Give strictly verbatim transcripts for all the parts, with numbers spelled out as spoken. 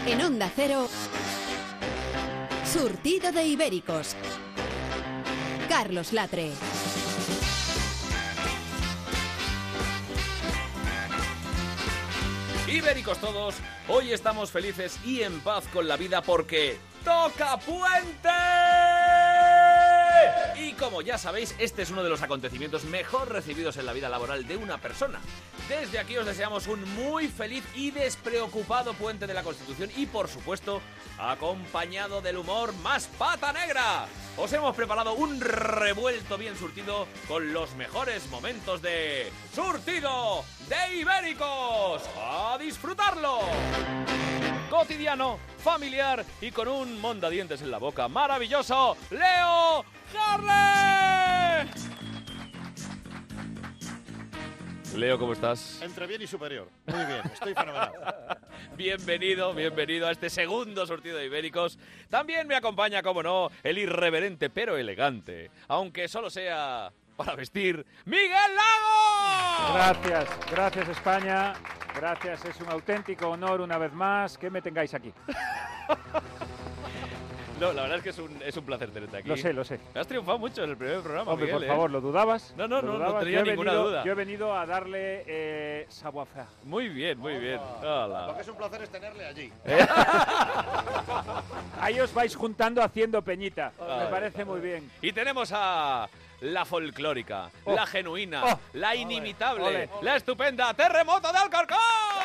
En Onda Cero, Surtido de Ibéricos. Carlos Latre. Ibéricos todos, hoy estamos felices y en paz con la vida porque ¡toca puente! Y como ya sabéis, este es uno de los acontecimientos mejor recibidos en la vida laboral de una persona. Desde aquí os deseamos un muy feliz y despreocupado puente de la Constitución y, por supuesto, acompañado del humor más pata negra. Os hemos preparado un revuelto bien surtido con los mejores momentos de Surtido de Ibéricos. ¡A disfrutarlo! Cotidiano, familiar y con un mondadientes en la boca maravilloso, Leo Harley. Leo, ¿cómo estás? Entre bien y superior. Muy bien, estoy fenomenal. Bienvenido, bienvenido a este segundo Surtido de Ibéricos. También me acompaña, como no, el irreverente pero elegante, aunque solo sea para vestir, ¡Miguel Lago! Gracias, gracias España. Gracias, es un auténtico honor una vez más que me tengáis aquí. No, la verdad es que es un, es un placer tenerte aquí. Lo sé, lo sé. Has triunfado mucho en el primer programa, Hombre, Miguel, por ¿eh? favor, ¿lo dudabas? No, no, ¿Lo no, dudabas? no tenía Yo he ninguna venido, duda. Yo he venido a darle eh, savoir-faire. Muy bien, muy bien. Lo Hola. que es un placer es tenerle allí. Ahí os vais juntando haciendo peñita. Ay. Me parece muy bien. Y tenemos a la folclórica, Oh. la genuina, Oh. la inimitable, Ole. la estupenda Terremoto de Alcorcón.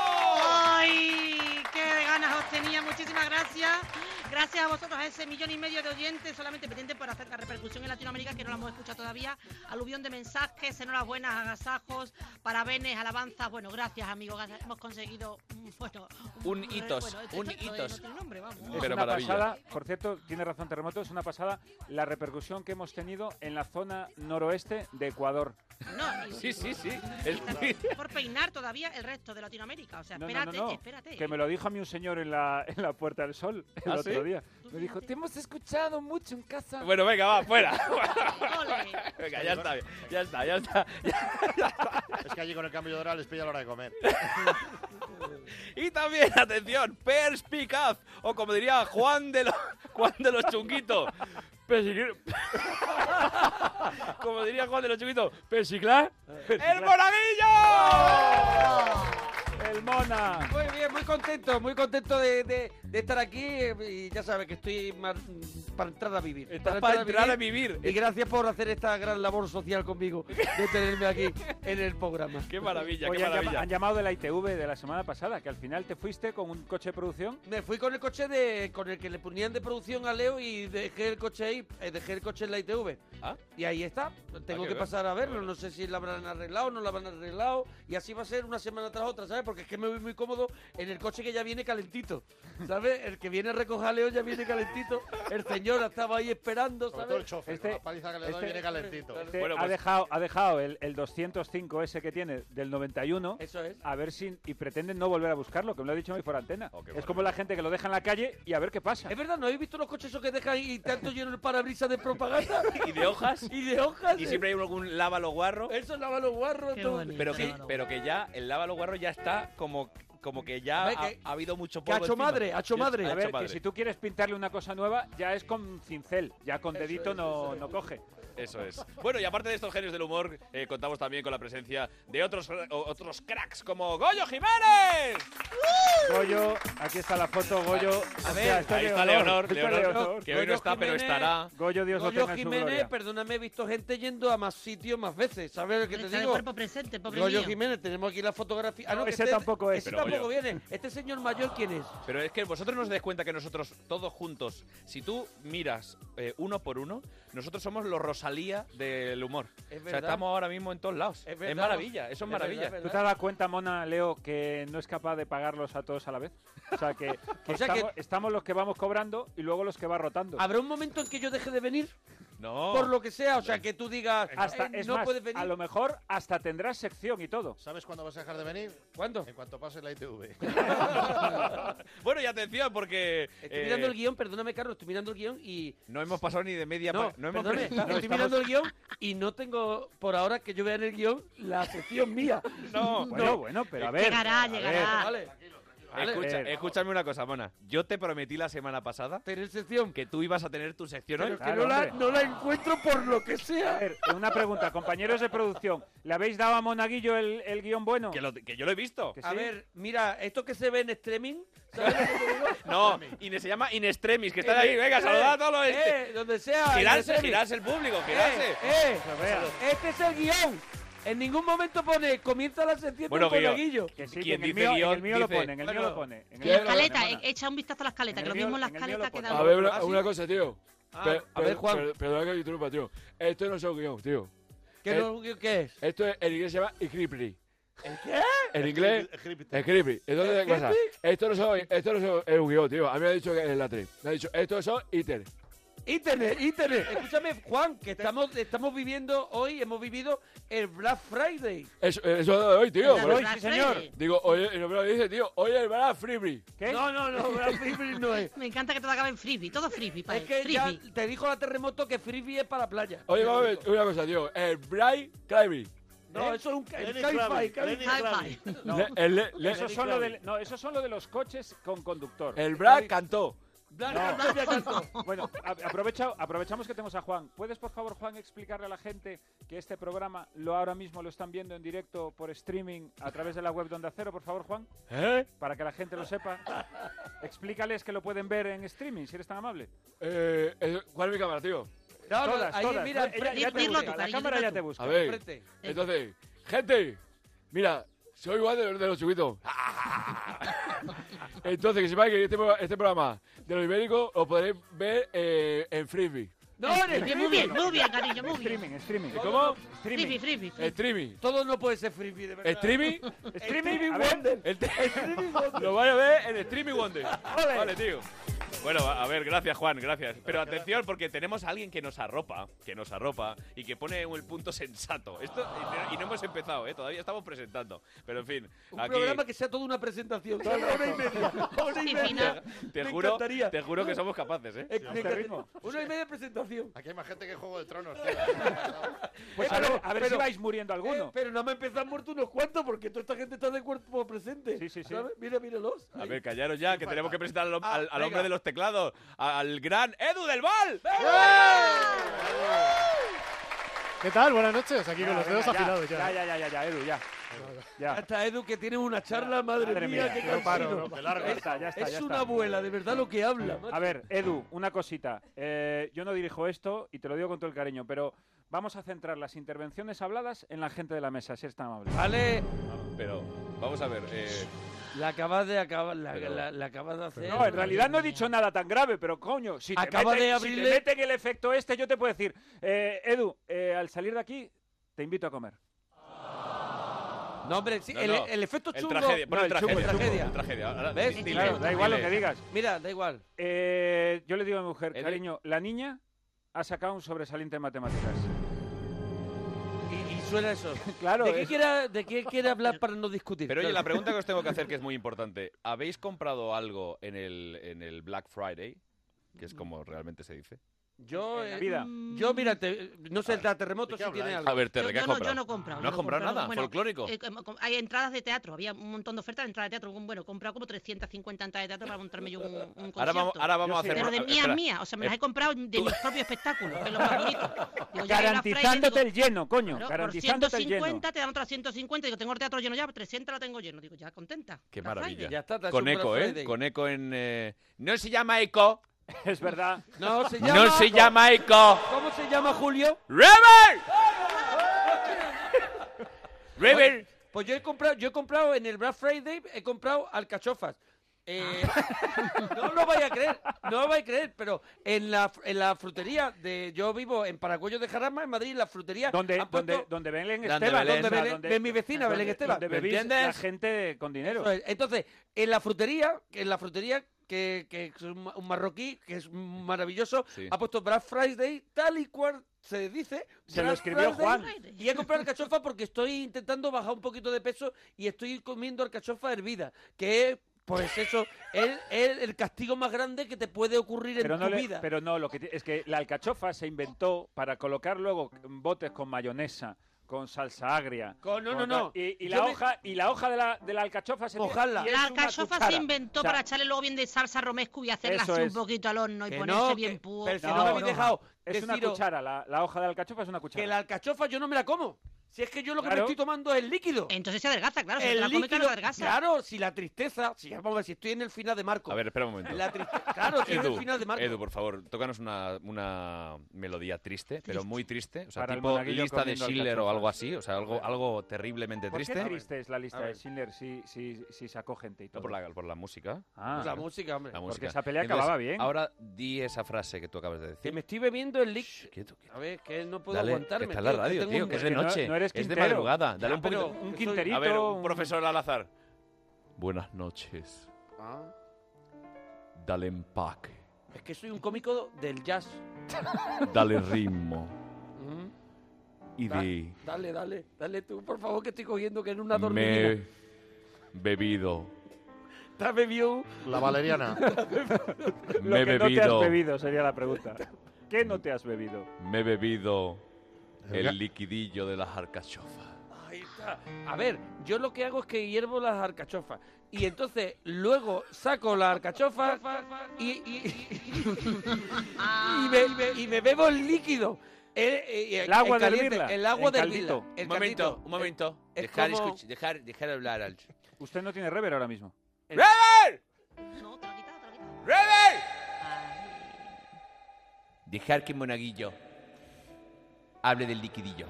¡Ay! ¡Qué ganas os tenía! Muchísimas gracias. Gracias a vosotros, a ese millón y medio de oyentes solamente pendientes por hacer la repercusión en Latinoamérica, que no la hemos escuchado todavía. Aluvión de mensajes, enhorabuenas, agasajos, parabenes, alabanzas. Bueno, gracias, amigos. Hemos conseguido, bueno... Un hitos, bueno, un esto- esto hitos. No tiene nombre, vamos. Es Pero una maravilla. pasada, por cierto, tiene razón Terremoto, es una pasada la repercusión que hemos tenido en la zona noroeste de Ecuador. No, y- Sí, sí, sí. y Es está muy- por peinar todavía el resto de Latinoamérica. O sea, No, no, espérate, no, no, espérate. que me lo dijo a mí un señor en la, en la Puerta del Sol el ¿Ah, otro sí? día. Me dijo, te hemos escuchado mucho en casa. Bueno, venga, va, fuera. Ole. Venga, ya está, ya está, ya está. Es que allí con el cambio de hora les pilla la hora de comer. Y también, atención, perspicaz, o como diría Juan de los, Juan de los Chunguitos, persigui- como diría Juan de los Chunguitos, persiclar, ¡el monaguillo! ¡El Mona! Muy bien, muy contento, muy contento de, de- de estar aquí eh, y ya sabes que estoy mar- para entrar a vivir. Estás para entrar a vivir. Y gracias por hacer esta gran labor social conmigo, de tenerme aquí en el programa. ¡Qué maravilla, Oye, qué han, llama- maravilla! han llamado de la I T V de la semana pasada, que al final te fuiste con un coche de producción. Me fui con el coche de con el que le ponían de producción a Leo y dejé el coche ahí, eh, dejé el coche en la I T V. ¿Ah? Y ahí está, tengo qué que bien. pasar a verlo, no sé si la habrán arreglado, no la habrán arreglado, y así va a ser una semana tras otra, ¿sabes? Porque es que me voy muy cómodo en el coche que ya viene calentito, ¿sabes? El que viene a recoger a Leo ya viene calentito, el señor estaba ahí esperando, Sobre todo el ¿sabes? chofer, Este- con la paliza que le doy este- viene calentito. Este Bueno, ha pues- dejado, ha dejado el, el doscientos cinco ese que tiene del noventa y uno. Eso es. A ver si. Y pretenden no volver a buscarlo, que me lo ha dicho hoy por antena. Oh, qué es bueno. como la gente que lo deja en la calle y a ver qué pasa. Es verdad, ¿no habéis visto los coches esos que dejan y tanto lleno el parabrisas de propaganda? ¿Y de hojas? y de hojas. Y siempre hay algún lávalo guarro, Eso lava los guarros. Qué todo. bonito. pero que, Lávalo pero que ya, el lávalo guarro ya está como, como que ya A ver, ha, que- ha habido mucho que ha polvo hecho encima. madre, ha hecho madre. A Ha ver, hecho madre. que si tú quieres pintarle una cosa nueva, ya es con cincel. Ya con dedito no, no coge. Eso es. Bueno, y aparte de estos genios del humor, eh, contamos también con la presencia de otros, o- otros cracks como Goyo Jiménez. Goyo, aquí está la foto, Goyo. A O ver, sea, está Ahí de está honor, Leonor, está de Leonor, honor. que hoy no Goyo está, pero Jiménez. estará. Goyo, Dios lo Goyo tenga en su Jiménez, gloria. perdóname, he visto gente yendo a más sitios más veces, ¿sabes lo que te Está de digo? cuerpo presente, el pobre Goyo mío. Jiménez, tenemos aquí la fotografía. Ah, no, No, que ese este- tampoco es. Ese Pero tampoco Goyo. viene. Este señor mayor, ¿quién es? Pero es que vosotros nos dais cuenta que nosotros, todos juntos, si tú miras eh, uno por uno, nosotros somos los Rosalía del humor. Es O sea, verdad. estamos ahora mismo en todos lados. Es Es, verdad. maravilla, eso es Es maravilla. verdad, ¿Tú te has dado cuenta, Mona, Leo, que no es capaz de pagarlos a todos a la vez? O sea, que, que O sea que- estamos, estamos los que vamos cobrando y luego los que va rotando. ¿Habrá un momento en que yo deje de venir? No. Por lo que sea, o sea, que tú digas, Hasta, eh, es no más, puedes venir. a lo mejor hasta tendrás sección y todo. ¿Sabes cuándo vas a dejar de venir? ¿Cuándo? En cuanto pase la I T V. Bueno, y atención, porque Estoy eh, mirando el guión, perdóname, Carlos, estoy mirando el guión y... no hemos pasado ni de media No, pa- no hemos perdóname, presentado- estoy mirando el guión y no tengo, por ahora que yo vea en el guión, la sección mía. No, Bueno, bueno, pero a ver. Llegará, a ver. llegará. Vale. Vale. Escucha, Eh, escúchame una cosa, Mona. Yo te prometí la semana pasada Tener sección. que tú ibas a tener tu sección Pero hoy. que Claro, no, la, hombre. no la encuentro por lo que A sea. ver, una pregunta, compañeros de producción. ¿Le habéis dado a Monaguillo el, el guión bueno? Que, lo- que yo lo he visto. Que A sí. ver, mira, esto que se ve en streaming, ¿sabes lo que te digo? No, Ines, se llama In Extremis, que están Eh, ahí. Venga, eh, saludad a todos los este. Eh, donde sea. en Girarse, streaming. girarse el público, girarse. Eh, eh, Se vea. este es el guión. En ningún momento pone comienza la sección Bueno, del guión. Monaguillo. Que sí, ¿Quién que en el dice mío, guión? en el mío lo Dice- pone, en el mío Bueno, lo pone. En el En mío la lo pone, escaleta, Mona. e- echa un vistazo a la escaleta, En que el lo mismo en la mío- en el mío escaleta lo queda... pone. A ver, ¿Ah, una, sí? una cosa, tío. Ah, Pe- a ver, pe- Juan. per- Perdona que te interrumpa, tío. Esto no es un guión, tío. ¿Qué, eh, no- qué es? Esto es, en inglés se llama Scriptly. ¿El qué? En inglés, Scriptly. Entonces, ¿qué pasa? Esto no son, esto no son, es un guión, tío. A mí me ha dicho que es la tres. Me ha dicho, esto son íteres. Internet, internet. Escúchame, Juan, que estamos, estamos viviendo hoy, hemos vivido el Black Friday. Eso, eso de hoy, tío. La Por- Hoy, Black sí, señor. Friday. Digo, oye, y no me lo dice, tío. Oye, el Black Friday. ¿Qué? No, no, no, Black Friday no es. Me encanta que todo acabe en frisbee, todo frisbee, pa' Es él, que ya frisbee. te dijo la terremoto que Frisbee es para la playa. Oye, vamos a ver una cosa, tío. El Bright Climbing. No, eso es un el Lenny sci-fi. Kravitz, Kravitz. Lenny Hi-fi. No. Le- el, le- le- Esos son, lo de, no, esos son lo de los coches con conductor. el Bright cantó. Black No. Friday cantó. Bueno, a- aprovecha, aprovechamos que tenemos a Juan. ¿Puedes, por favor, Juan, explicarle a la gente que este programa lo ahora mismo lo están viendo en directo por streaming a través de la web de Onda Cero, por favor, Juan? ¿Eh? Para que la gente lo sepa. Explícales que lo pueden ver en streaming, si eres tan amable. Eh, eh, ¿Cuál es mi cámara, tío? No, no, Todas, ahí, todas. mira, Ella- ya enfrente, te Dilo busca, tú, la cariño, cámara dilo ya tú. te busca. A ver. enfrente. Entonces, gente, mira, soy igual de, los- de los chubitos. Entonces, que sepáis que este, pro- este programa de los ibéricos lo podréis ver eh, en Frisbee. No, en el Bien, muy bien, muy bien, cariño, muy bien. Streaming, streaming. ¿Cómo? Frisbee, Streaming. frisbee, frisbee. Streaming. Todo no puede ser Frisbee, de verdad. Streaming. Streaming, a Wonder. ver. El te- Streaming Wonder. Lo vais a ver en Streaming Wonder. Vale, tío. Bueno, a a ver, gracias, Juan, gracias. Pero atención, porque tenemos a alguien que nos arropa, que nos arropa y que pone el punto sensato. Esto, y no- y no hemos empezado, ¿eh? Todavía estamos presentando. Pero en fin, Un aquí programa que sea toda una presentación. Una hora y media. Hora y Sí, media. final. te Me juro, encantaría. te juro que somos capaces, ¿eh? Eh, me este encantaría. ritmo. Una hora y media de presentación. Aquí hay más gente que Juego de Tronos, tío. Pues Eh, a ver, pero- a ver pero- si vais muriendo Eh, alguno. pero no me empezado muertos unos cuantos porque toda esta gente está de cuerpo presente. Sí, sí, sí. ¿Sabes? Mira, míralos. A ver, callaros ya, que tenemos que presentar al, Ah, al- al venga. hombre de los teclados, al gran Edu del Val. ¿Qué tal? Buenas noches. Aquí Ya, con los venga, dedos ya, afilados ya. Ya, ya, ya, ya, ya, Edu, ya. Ya. Hasta Edu que tiene una charla, madre, Madre mía, mía, qué no paro, cansino. no, de largo. Ya está, ya está, Es ya una está. abuela, de verdad lo que habla. macho. A ver, Edu, una cosita. Eh, yo no dirijo esto y te lo digo con todo el cariño, pero vamos a centrar las intervenciones habladas en la gente de la mesa, si eres tan amable. Vale, Pero, vamos a ver, eh, la acabas de acabar, la, Pero- la- la acabas de hacer. No, en realidad no he dicho nada tan grave, pero coño, si te, Acaba meten, de si te abrirle- meten el efecto este, yo te puedo decir, eh, Edu, eh, al salir de aquí, te invito a comer. No, hombre, sí, No, el, no. el efecto el chungo. tragedia, pon No, el el chungo, tragedia, el tragedia. el tragedia. Ahora, ¿Ves? dile, Claro, da igual lo dile. que digas. Mira, da igual. Eh, yo le digo a mi mujer, Edu. cariño, la niña ha sacado un sobresaliente en matemáticas. Y, y suena eso. Claro, ¿De qué, es- quiere, ¿De qué quiere hablar para no discutir? Pero oye, Claro. la pregunta que os tengo que hacer, que es muy importante. ¿Habéis comprado algo en el, en el Black Friday? Que es como realmente se dice. Yo, en la eh, vida. yo mira, te- no sé, el terremoto ¿de qué si tiene habláis? algo. A ver, Yo, Terry, ¿qué has yo no, comprado? yo no he comprado. ¿No yo has comprado nada? Bueno, ¿Folclórico? eh, com- com- hay entradas de teatro, había un montón de ofertas de entradas de teatro. Bueno, he comprado como trescientas cincuenta entradas de teatro para montarme yo un, un concierto. Ahora vamos, ahora vamos Yo a sí. hacer... Pero de a- mías, espera. mías. O sea, me las Eh, he comprado de mis propios espectáculos, que es lo más bonito. Digo, ya hay Black Friday, Garantizándote digo, el lleno, coño. claro, por garantizándote el lleno. ciento cincuenta te dan otras ciento cincuenta. Digo, tengo el teatro lleno ya, trescientas lo tengo lleno. Digo, ya contenta. Qué Black maravilla. Friday. Ya está, te has Con hecho un eco, Black ¿eh? Friday. Con eco en... eh, No se llama eco. Es verdad. No, se llama... No se llama eco. ¿Cómo se llama, Julio? ¡River! ¡River! Pues yo he comprado, yo he comprado en el Black Friday, he comprado alcachofas. Eh, no lo vais a creer, no lo vais a creer, pero en la, en la frutería de, yo vivo en Paracuellos de Jarama, en Madrid, en la frutería Donde, han puesto- donde, donde Belén Donde Esteban. Belén, o sea, donde Belén- de mi vecina, Belén donde- Esteban, donde ¿me bebís entiendes? la gente con dinero. Eso es. Entonces, en la frutería, en la frutería que, que es un, ma- un marroquí, que es maravilloso, Sí. ha puesto Black Friday tal y cual se dice. Se lo Black escribió Friday, Juan. Y he comprado alcachofa porque estoy intentando bajar un poquito de peso y estoy comiendo alcachofa hervida, que es, pues eso, es, es el castigo más grande que te puede ocurrir en Pero tu no, le- vida. pero no, lo que ti- es que la alcachofa se inventó para colocar luego botes con mayonesa, con salsa agria. Con, no, con no, no. Y, y Yo la me- hoja y la hoja de la, de la alcachofa se Mojarla. y es La una alcachofa cuchara. se inventó O sea, para echarle luego bien de salsa romescu y hacerla Eso así es. un poquito al horno y Que ponerse no, bien que- puro. pero si No, no me habéis no, dejado Es una deciros cuchara, la, la hoja de alcachofa es una cuchara. que la alcachofa yo no me la como. Si es que yo lo que Claro. me estoy tomando es el líquido. Entonces se adelgaza, claro. Si te el la come, claro, líquido, adelgaza. claro, si la tristeza, si vamos a ver, si estoy en el final de Marco. A ver, espera un momento. La tristeza, claro, estoy en el Edu, final de Marco. Edu, por favor, tócanos una, una melodía triste, pero muy triste. O sea, Para el tipo monaguillo lista de comiendo Schiller o alcachofas. algo así. O sea, algo, algo terriblemente ¿Por triste. qué triste es la lista A de ver. Schindler si, si, si sacó gente y todo? No, por la, por la música. Ah, Pues la música, hombre. La porque música. esa pelea Entonces, acababa bien. Ahora di esa frase que tú acabas de Que decir. me estoy bebiendo el líquido. Quieto, quieto. A ver, que no puedo Dale, que aguantarme. está en la tío, radio, tengo tío, un- que es de que no- noche. no eres es de Quintero. madrugada. Dale Ya, un poquito. pero- un soy- quinterito. A ver, un un- profesor al azar. Buenas noches. Ah, Dale empaque. es que soy un cómico del jazz. Dale ritmo. Mm. Y Da- di. Dale, dale, dale tú, por favor, que estoy cogiendo que en una Me dormidina. he bebido. ¿Te has bebido? La valeriana. Me he Lo que no te has bebido. bebido sería la pregunta. ¿Qué no te has bebido? Me he bebido El ga- el liquidillo de las alcachofas. Ahí está. A ver, yo lo que hago es que hiervo las alcachofas. Y entonces luego saco las alcachofas y, y, y, me, y me- y me bebo el líquido. El, el- El agua de caliente, hervirla, El agua en de caldito. hervirla, el Un momento, caldito. un momento. Es Dejar, como- escuch- dejar, dejar hablar al... Usted no tiene rever ahora mismo. ¡Rever! No, te lo he quitado, te lo he quitado. ¡Rever! Ay. Dejar que Monaguillo hable del liquidillo.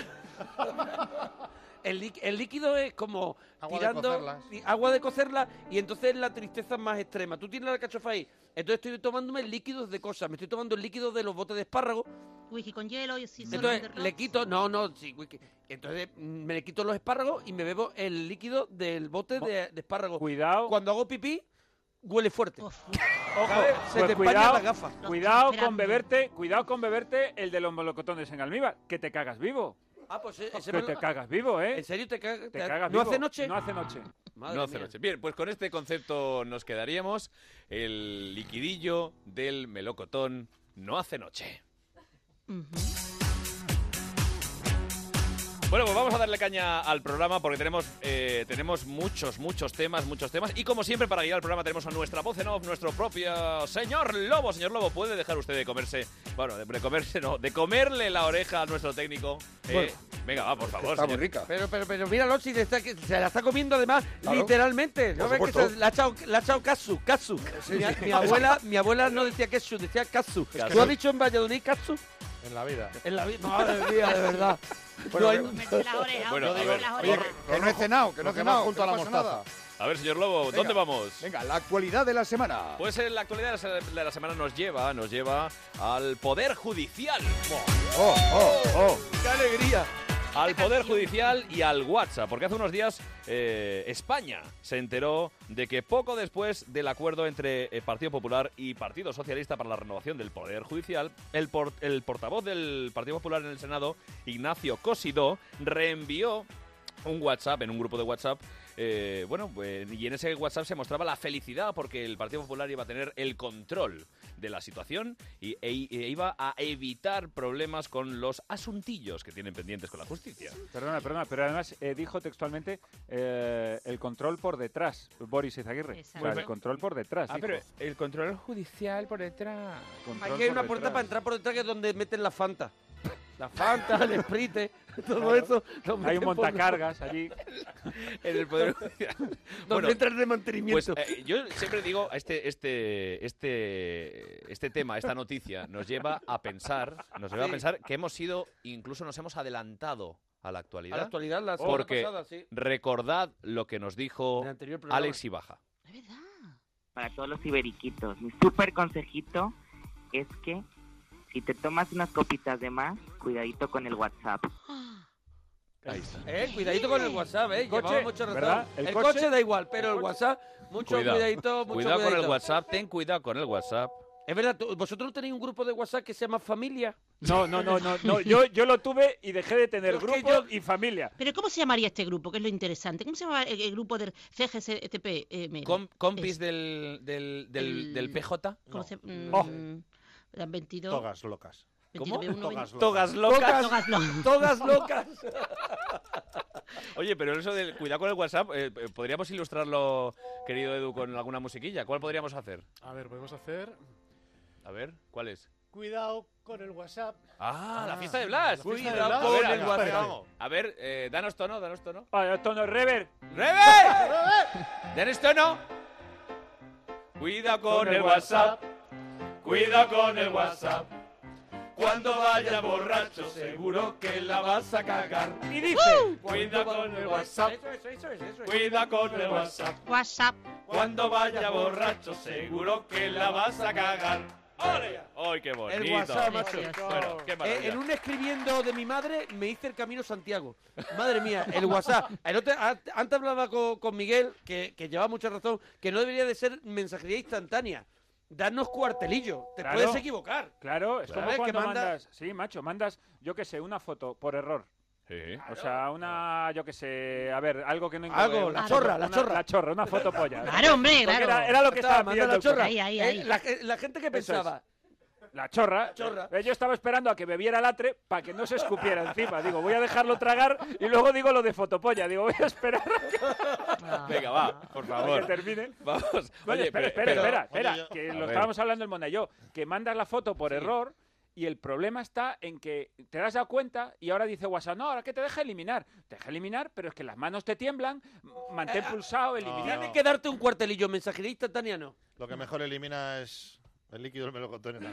El, lí- el líquido es como Agua de tirando cocerlas. y- agua de cocerla y entonces la tristeza es más extrema. Tú tienes la alcachofa ahí, entonces estoy tomándome líquidos de cosas. Me estoy tomando el líquido de los botes de espárrago. Whisky con hielo y así. solo Entonces Wonder le Rocks. quito, no, no, sí, whisky. Entonces mm, me le quito los espárragos y me bebo el líquido del bote de, de espárragos. Cuidado. Cuando hago pipí, huele fuerte. Uf, Ojo, ¿Sabes? Se pues te empañan cuidado, las gafas. Lo cuidado estoy con esperando. beberte, cuidado con beberte el de los melocotones en almíbar, que te cagas vivo. Ah, pues e- ese Que me te lo- cagas vivo, ¿eh? ¿En serio te, cagas? Te cagas ¿No vivo. hace noche? No hace noche. Madre No hace mía. noche. Bien, pues con este concepto nos quedaríamos. El liquidillo del melocotón no hace noche. ujú. Bueno, pues vamos a darle caña al programa porque tenemos, eh, tenemos muchos, muchos temas, muchos temas. Y como siempre, para guiar el programa tenemos a nuestra voz en off, nuestro propio señor Lobo. Señor Lobo, ¿puede dejar usted de comerse, bueno, de, de comerse no, de comerle la oreja a nuestro técnico? Eh, Bueno, venga, va, por favor, Está muy señor. rica. Pero, pero, pero míralo, si le está- que se la está comiendo además, Claro. literalmente. ¿No Por ves que supuesto. se, le ha echado, le ha echado katsu, katsu? Sí, mi, sí. mi abuela, mi abuela no decía katsu, decía katsu. ¿Tú has dicho en Valladolid katsu? En la vida. En la vida. Madre mía, de verdad. Bueno, No hay- que- Comerse las orejas, Bueno, comerse a ver. las Oye, orejas. que, que no he cenado, que no he Lo que cenado, más junto que a no la pasa mostaza. nada. A ver, señor Lobo, ¿dónde Venga. vamos? Venga, la actualidad de la semana. Pues en la actualidad de la se- de la semana nos lleva, nos lleva al Poder Judicial. Oh, oh, oh. ¡Qué alegría! Al Poder Judicial y al WhatsApp, porque hace unos días eh, España se enteró de que poco después del acuerdo entre eh, Partido Popular y Partido Socialista para la renovación del Poder Judicial, el, por- el portavoz del Partido Popular en el Senado, Ignacio Cosidó, reenvió un WhatsApp, en un grupo de WhatsApp, eh, bueno, pues, y en ese WhatsApp se mostraba la felicidad porque el Partido Popular iba a tener el control de la situación y, e, e iba a evitar problemas con los asuntillos que tienen pendientes con la justicia. Perdona, perdona, pero además eh, dijo textualmente eh, el control por detrás, Boris Izaguirre. Exacto. O sea, el control por detrás. dijo. el control judicial por detrás. Control Aquí hay por una puerta detrás. para entrar por detrás que es donde meten la Fanta. La Fanta, el Sprite, todo eso. lo Hay meten un por- montacargas allí. En el Poder Judicial. Donde Bueno, entra el pues remantenimiento. eh, yo siempre digo, este, este, este, este tema, esta noticia, nos lleva a pensar, nos lleva a Sí. pensar que hemos sido, incluso nos hemos adelantado a la A actualidad. la actualidad, la semana Porque pasada, sí. recordad lo que nos dijo En el anterior programa. Alex Ibaja. Es verdad. Para todos los iberiquitos, mi súper consejito es que si te tomas unas copitas de más, cuidadito con el WhatsApp. Ahí está. Eh, cuidadito con el WhatsApp, eh. coche, Llevamos mucho ¿verdad? razón. El El, coche- coche, da igual, pero el el, coche- WhatsApp, mucho Cuidado. cuidadito, mucho Cuidado con el cuidadito. WhatsApp, ten cuidado con el WhatsApp. Es verdad, tú- vosotros no tenéis un grupo de WhatsApp que se llama Familia. No, no, no, no, no. Yo, yo lo tuve y dejé de tener Es que grupo yo- y familia. Pero ¿cómo se llamaría este grupo? Que es lo interesante. ¿Cómo se llama el, el grupo del C G C T P? Eh, Com- compis Es- del, del, del, el- del P J. ¿Cómo se mm, Oh. las veintidós. Togas locas. ¿Cómo? veintinueve, Togas veinte. Togas locas. Togas locas. Togas locas. Oye, pero eso del cuidado con el WhatsApp, eh, eh, ¿podríamos ilustrarlo, querido Edu, con alguna musiquilla? ¿Cuál podríamos hacer? A ver, podemos hacer. A ver, ¿cuál es? Cuidado con el WhatsApp. Ah, la fiesta de Blas. La fiesta de Cuidado Blas. con Venga, el WhatsApp. espérate. A ver, eh, danos tono, danos tono. Ah, tono rever. ¡Rever! ¡Danos tono! Cuida con el WhatsApp. Cuida con el WhatsApp. Cuando vaya borracho, seguro que la vas a cagar. Y dice: Cuida con el WhatsApp. Eso es, eso es, eso es. Cuida con el WhatsApp. WhatsApp. Cuando vaya borracho, seguro que la vas a cagar. ¡Ole! ¡Ay, qué bonito! El WhatsApp, macho. Precioso. Bueno, qué Eh, maravilla. en un escribiendo de mi madre me hice el camino Santiago. Madre mía, el WhatsApp. El otro- a- antes hablaba con, con Miguel, que, que lleva mucha razón, que no debería de ser mensajería instantánea. Darnos cuartelillo. Te Claro. puedes equivocar. Claro, es Claro, como es que cuando manda- mandas. Sí, macho, mandas, yo qué sé, una foto por error. Sí. O sea, una, yo qué sé, a ver, algo que no Algo, una la foto- chorra, la una- chorra. La chorra, una foto polla. Claro, hombre, Porque claro. Era, era lo que Está, estaba manda pidiendo la el chorra. Ahí, ahí, Eh, ahí. la, la gente que Eso es. pensaba. La chorra. Chorra. Eh, Yo estaba esperando a que bebiera latre para que no se escupiera encima. Digo, voy a dejarlo tragar y luego digo lo de fotopolla. Digo, voy a esperar Ah. Venga, va, por a que favor. termine. Vamos. Oye, Oye, espera, espera, pero- espera, espera, Oye, yo- que A lo ver. estábamos hablando el Mona y yo, que mandas la foto por Sí. error y el problema está en que te das dado cuenta y ahora dice WhatsApp, no, ahora que te deja eliminar. Te deja eliminar, pero es que las manos te tiemblan, m- mantén pulsado, eliminar. Tiene que darte un cuartelillo, mensajería instantánea no. Lo que mejor elimina es el líquido del melocotón en la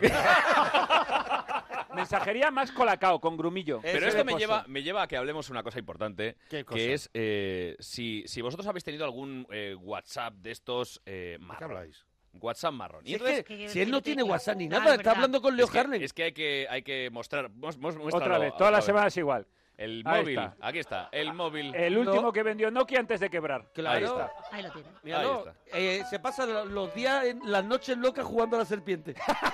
Mensajería más colacao, con grumillo. Pero Ese esto de me pozo. lleva, me lleva a que hablemos una cosa importante, ¿Qué cosa? que es eh, si, si vosotros habéis tenido algún eh, WhatsApp de estos eh, ¿De qué marrón. habláis? WhatsApp marrón. Y Si, es entonces, que, que- si él no que- tiene que- WhatsApp ni Ah, nada, es está verdad. hablando con Leo es que, Harlem. es que hay que hay que mostrar. mos- mos- Otra muéstralo vez, otra todas las vez. semanas igual. El Ahí móvil, está. aquí está, el móvil. El último No. que vendió Nokia antes de quebrar. Claro. Ahí está. Ahí lo tiene. Míralo, Ahí está. eh, se pasa lo- los días, en las noches locas jugando a la serpiente.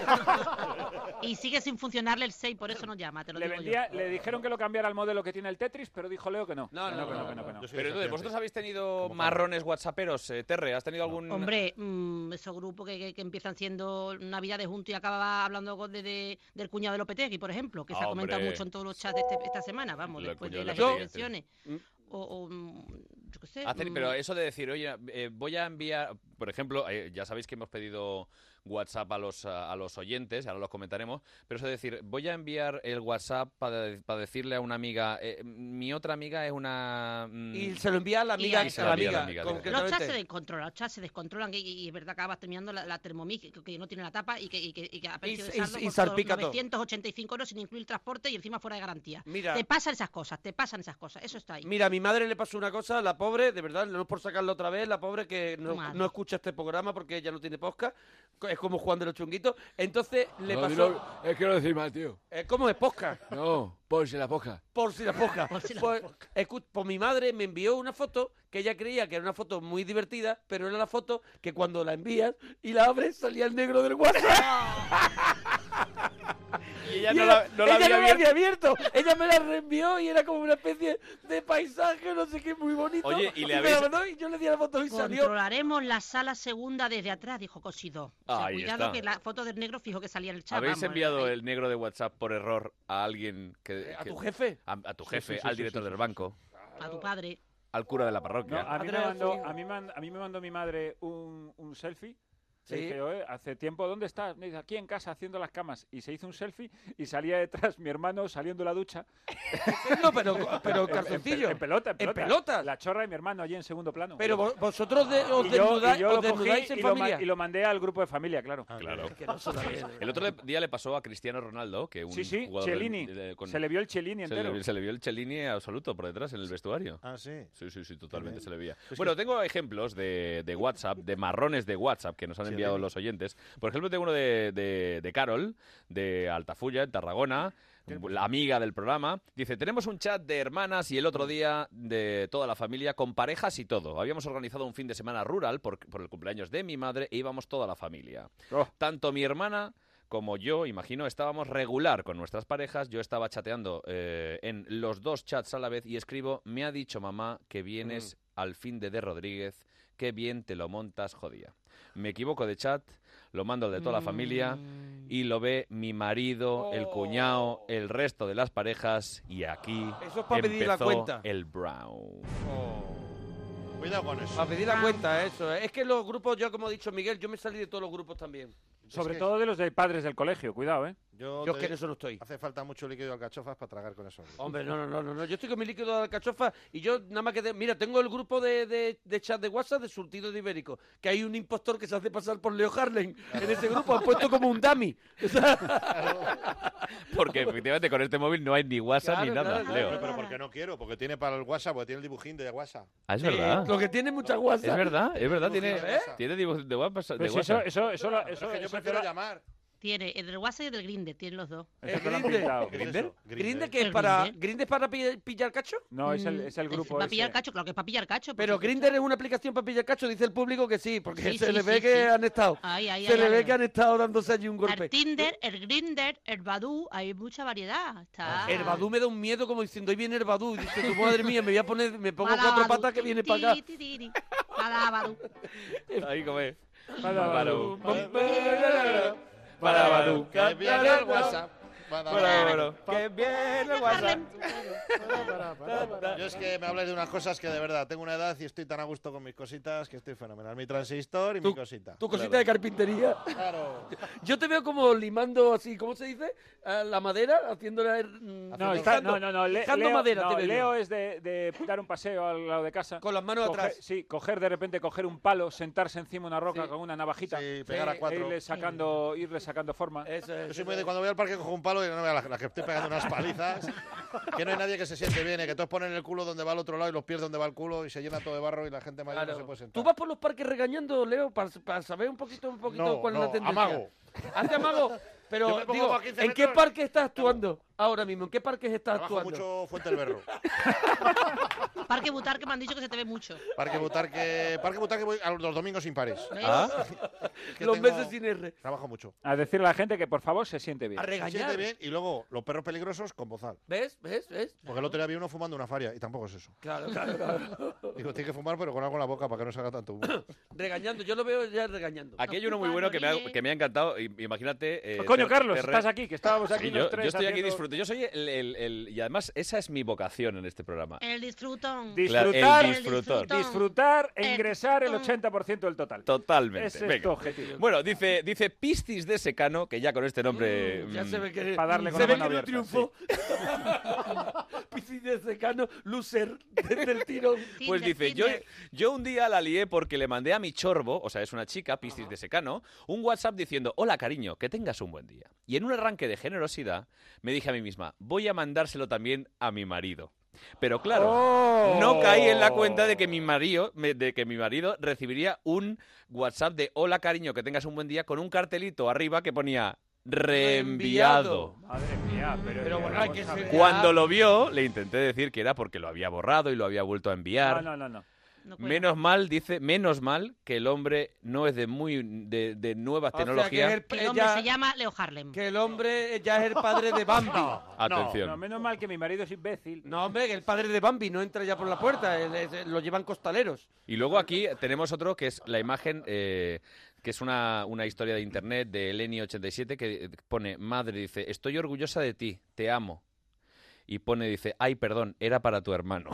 Y sigue sin funcionarle el seis, por eso no llama, te lo Le, digo vendía, le dijeron que lo cambiara al modelo que tiene el Tetris, pero dijo Leo que no. No, Que no, que no, que que no. Yo soy Pero entonces, de ¿vosotros serpiente. habéis tenido Como marrones whatsapperos? Eh, Terre, ¿has tenido algún...? yo. Hombre, mm, esos grupos que, que- que empiezan siendo Navidades juntos y acaba hablando con- de, de- del cuñado de Lopetegui, por ejemplo, que se ha comentado Hombre. mucho en todos los chats de este- esta semana, vamos, Lo del después de cuñado las de Lopetegui, intervenciones. Mm. O, o, mm, yo qué sé. Hacer- mm, pero eso de decir, oye, eh, voy a enviar, por ejemplo, eh, ya sabéis que hemos pedido WhatsApp a los, a, a los oyentes, ahora los comentaremos, pero eso de decir, voy a enviar el WhatsApp para decirle a una amiga, eh, mi otra amiga es una... mm, Y se lo envía a la Y amiga, ahí a está. la Se lo envía a la amiga, amiga, Los chats se concretamente. descontrolan, los chats se descontrolan y, y es verdad que acabas terminando la, la Thermomix que, que no tiene la tapa y que, y que, y que a precio de y- saldo y costó salpica todo. novecientos ochenta y cinco euros sin incluir el transporte y encima fuera de garantía. Mira. Te pasan esas cosas, te pasan esas cosas, eso está ahí. Mira, a mi madre le pasó una cosa, la pobre, de verdad, no es por sacarla otra vez, la pobre que no, Madre. no escucha este programa porque ella no tiene podcast, es como Juan de los Chunguitos. Entonces le No, pasó. dilo- es que lo decís mal, tío. Eh, ¿Cómo es podcast? No, por si la poca. Por si la poca. Por si la pues, escu- pues mi madre me envió una foto que ella creía que era una foto muy divertida, pero era la foto que cuando la envías y la abres salía el negro del WhatsApp. Y ella Y no era- la, no la ella había no la abierto. había abierto. Ella me la reenvió y era como una especie de paisaje, no sé qué, muy bonito. Oye, y le me habéis- la mandó y yo le di la foto y salió. Controlaremos la sala segunda desde atrás, dijo Cosido. O sea, Ahí cuidado está. que la foto del negro fijo que salía en el chat. ¿Habéis vamos, enviado ahí. el negro de WhatsApp por error a alguien que... Eh, ¿A que- tu jefe? A, a tu Sí, jefe, sí, sí, al sí, director sí, del sí, banco, A tu padre. al cura de la No, parroquia. a, mí me Madre mandó, frío. a, mí man- a mí me mandó mi madre un, un selfie. Sí. Le dije, "Oye, hace tiempo, ¿dónde estás?" Me dice, aquí en casa haciendo las camas. Y se hizo un selfie y salía detrás mi hermano saliendo de la ducha. No, pero, pero En- en, calzoncillo. en pelota, en En pelota. pelotas. La chorra de mi hermano allí en segundo plano. Pero vo- vosotros de- os y yo, desnudáis, y yo os lo cogí desnudáis en y lo, ma- familia. y lo mandé al grupo de familia, claro. Ah, Claro. Es que no se la ve, de El otro verdad. día le pasó a Cristiano Ronaldo, que un Sí, sí, jugador del- Cellini. de- con- Se le vio el Cellini se entero. le, se le vio el Cellini absoluto por detrás en el vestuario. Ah, sí. Sí, sí, sí, totalmente bien. se le veía. Es Bueno, tengo ejemplos de, de WhatsApp, de marrones de WhatsApp que nos han Sí, enviado dime. los oyentes. Por ejemplo, tengo uno de, de, de Carol, de Altafulla, en Tarragona, la amiga del programa. Dice, tenemos un chat de hermanas y el otro día de toda la familia con parejas y todo. Habíamos organizado un fin de semana rural por, por el cumpleaños de mi madre e íbamos toda la familia. Oh. Tanto mi hermana como yo, imagino, estábamos regular con nuestras parejas. Yo estaba chateando eh, en los dos chats a la vez y escribo, me ha dicho mamá que vienes al fin de De Rodríguez, qué bien te lo montas, jodía. Me equivoco de chat, lo mando al de toda la familia y lo ve mi marido, el cuñado, el resto de las parejas y aquí Eso es para pedir la empezó cuenta. el brown. Cuidado con eso. A pedir la cuenta, eso. Es que los grupos, yo como ha dicho Miguel, yo me salí de todos los grupos también. Sobre que- todo de los de padres del colegio, cuidado, ¿eh? Yo, Yo es te- que en eso no estoy. Hace falta mucho líquido de alcachofas para tragar con eso. Hombre, no, no, no, no, no. Yo estoy con mi líquido de alcachofa y yo nada más que... de- Mira, tengo el grupo de, de, de chat de WhatsApp de surtido de Ibérico, que hay un impostor que se hace pasar por Leo Harlem. En ese grupo han puesto como un dummy. O sea, Porque efectivamente con este móvil no hay ni WhatsApp Claro, ni nada, claro, Leo. Pero, pero porque no quiero, porque tiene para el WhatsApp, porque tiene el dibujín de WhatsApp. Ah, es eh, verdad. lo que tiene mucha WhatsApp. Es verdad, es verdad, tiene, Dibujito de WhatsApp. tiene dibujos de WhatsApp. de Pero si eso, WhatsApp. eso, eso, lo- Pero eso, es que yo eso prefiero te lo- llamar. Tiene el del WhatsApp y el del Grindr, tienen los dos. eso El te lo han Grindr. pintado. ¿Qué es ¿Grinder? eso? ¿Grinde que es ¿El para... Grindr? ¿Grinde es para pi- pillar cacho? No, es el, es el Mm, grupo Para pillar ese. cacho, claro que es para pillar cacho. por Pero supuesto. Grindr es una aplicación para pillar cacho, dice el público que sí, porque Sí, se sí, le sí, ve que sí. han estado. Ahí, ahí, se ahí, le ve ahí. que han estado dándose allí un golpe. El Tinder, el Grindr, el Badoo, hay mucha variedad. Está... El Badoo me da un miedo como diciendo, ahí viene el Badoo. Y dice, tu madre mía, me voy a poner, me pongo Para cuatro Badoo, patas que viene ti, para acá. ti, ti, ti. Para Badoo. Ahí como es. Para Badoo. Para Badoo. Que viene el WhatsApp. Para- Para Badoo. Que viene el WhatsApp. Yo es que me habláis de unas cosas que de verdad tengo una edad y estoy tan a gusto con mis cositas que estoy fenomenal. Mi transistor y mi cosita. Tu cosita de carpintería. Claro. Yo te veo como limando así, ¿cómo se dice? A la madera, haciéndola... mm, No, está, lijando- no, no, no. Le- lijando Leo, madera, no, te veo yo. Leo es de, de dar un paseo al lado de casa. Con las manos coger- atrás. Sí, coger de repente, coger un palo, sentarse encima de una roca Sí. con una navajita. Sí, pegar a Sí, cuatro. E irle sacando, irle sacando forma. Eso es, Yo soy eso muy de es. cuando voy al parque cojo un palo y no me la, la que estoy pegando unas palizas. Que no hay nadie que se siente bien, y que todos ponen el culo donde va al otro lado y los pies donde va el culo y se llena todo de barro y la gente mayor Claro. no se puede sentar. ¿Tú vas por los parques regañando, Leo, para, para saber un poquito, un poquito No, cuál no, es la tendencia? amago. Hace amago. Yo Pero, me pongo digo, a quince ¿en qué metros. parque estás actuando ahora mismo? ¿En qué parques estás Trabajo actuando? mucho Fuente del Berro. Parque Butar, que me han dicho que se te ve mucho. Parque Butarque, Parque Butarque voy a los domingos impares. ¿Ves? Ah, Es que Los tengo- meses sin R. Trabajo mucho. A decirle a la gente que por favor se siente bien. A Se regañar. siente bien y luego los perros peligrosos con bozal. ¿Ves? ¿Ves? ¿Ves? Porque el otro día había uno fumando una faria y tampoco es eso. Claro, claro, claro. Digo, tiene que fumar pero con algo en la boca para que no se haga tanto humo. Regañando, yo lo veo ya regañando. aquí hay uno muy bueno que me ha, que me ha encantado. i- Imagínate. eh, Coño, te- Carlos, te re- estás aquí, que estábamos aquí Sí, los yo, tres yo estoy aquí haciendo- disfrutando. Yo soy el, el- el- y además esa es mi vocación en este programa. El disfrutón. Claro, Disfrutar, el disfrutón. disfrutar e El ingresar el disfrutón. ochenta por ciento del total. Totalmente. Ese es Venga. tu objetivo. Bueno, dice, dice Piscis de Secano, que ya con este nombre. Mm, ya mm, se ve que, para darle con se la ve mano que no abierta, triunfó. Piscis de secano, loser, desde el tirón. Pues Tinder, dice, yo, Tinder. yo un día la lié porque le mandé a mi chorbo, o sea, es una chica, Piscis de Secano, un WhatsApp diciendo, hola cariño, que tengas un buen día. Y en un arranque de generosidad me dije a mí misma, voy a mandárselo también a mi marido. Pero claro, ¡Oh! no caí en la cuenta de que mi marido, me- de que mi marido recibiría un WhatsApp de hola cariño, que tengas un buen día, con un cartelito arriba que ponía reenviado. Madre mía, pero, Pero bueno, hay que vamos a ser- ver. Cuando lo vio, le intenté decir que era porque lo había borrado y lo había vuelto a enviar. No, no, no, no. No cuenta. Menos mal, dice, menos mal que el hombre no es de muy de, de nuevas O sea, tecnologías. que, es Que el, el hombre ya- se llama Leo Harlem. que el hombre ya es el padre de Bambi. Atención. No, menos mal que mi marido es imbécil. No, hombre, que el padre de Bambi no entra ya por la puerta, él- él- lo llevan costaleros. Y luego aquí tenemos otro que es la imagen, eh, que es una, una historia de internet de Eleni ochenta y siete que pone, madre, dice, estoy orgullosa de ti, te amo. Y pone, dice, ay, perdón, era para tu hermano.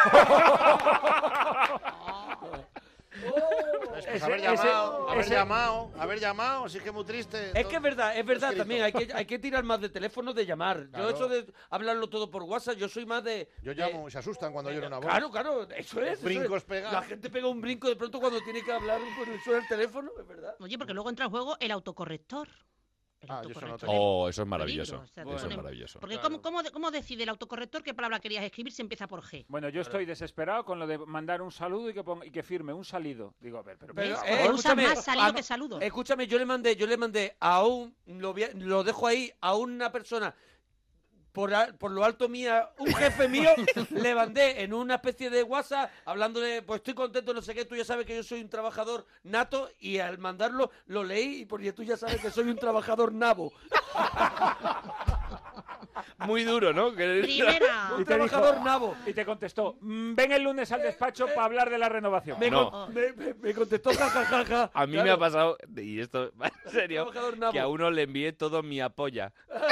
Pues, Ese- haber ese- llamado, haber ese- llamado, haber llamado, sí que es muy triste. Es que es verdad, es verdad escrito. también, hay que, hay que tirar más de teléfono de llamar. Claro. Yo eso de hablarlo todo por WhatsApp, yo soy más de... Yo de- llamo y se asustan cuando oyen una voz. Claro, claro, eso es. eso Brincos es. pegan. La gente pega un brinco de pronto cuando tiene que hablar por el suelo del teléfono, es verdad. Oye, porque luego entra en juego el autocorrector. El Ah, yo eso no autocorrector tengo. Oh, es eso es maravilloso. peligro, o sea, te Eso es pone- maravilloso. Porque Claro. ¿cómo, cómo, de- ¿cómo decide el autocorrector qué palabra querías escribir si empieza por G? Bueno, yo estoy desesperado con lo de mandar un saludo y que, ponga- y que firme un salido. Digo, a ver, pero... Pero, ¿Ves? eh, Porque usas escúchame, más salido a- que saludo. Escúchame, yo le mandé, yo le mandé a un, lo, voy a- lo dejo ahí, a una persona, por, a- por lo alto mía, un jefe mío, le mandé en una especie de WhatsApp, hablándole, pues estoy contento, no sé qué, tú ya sabes que yo soy un trabajador nato, y al mandarlo, lo leí, y porque tú ya sabes que soy un trabajador nabo. muy duro, ¿no? Que- Primera. Y Un te dijo- trabajador navo. Y te contestó, "Mm, ven el lunes al despacho para hablar de la renovación. Me, No. con- me, me- me contestó jajajaja. A mí me ha pasado, y esto va en serio, Trabajador nabo. que a uno le envié todo mi apoya.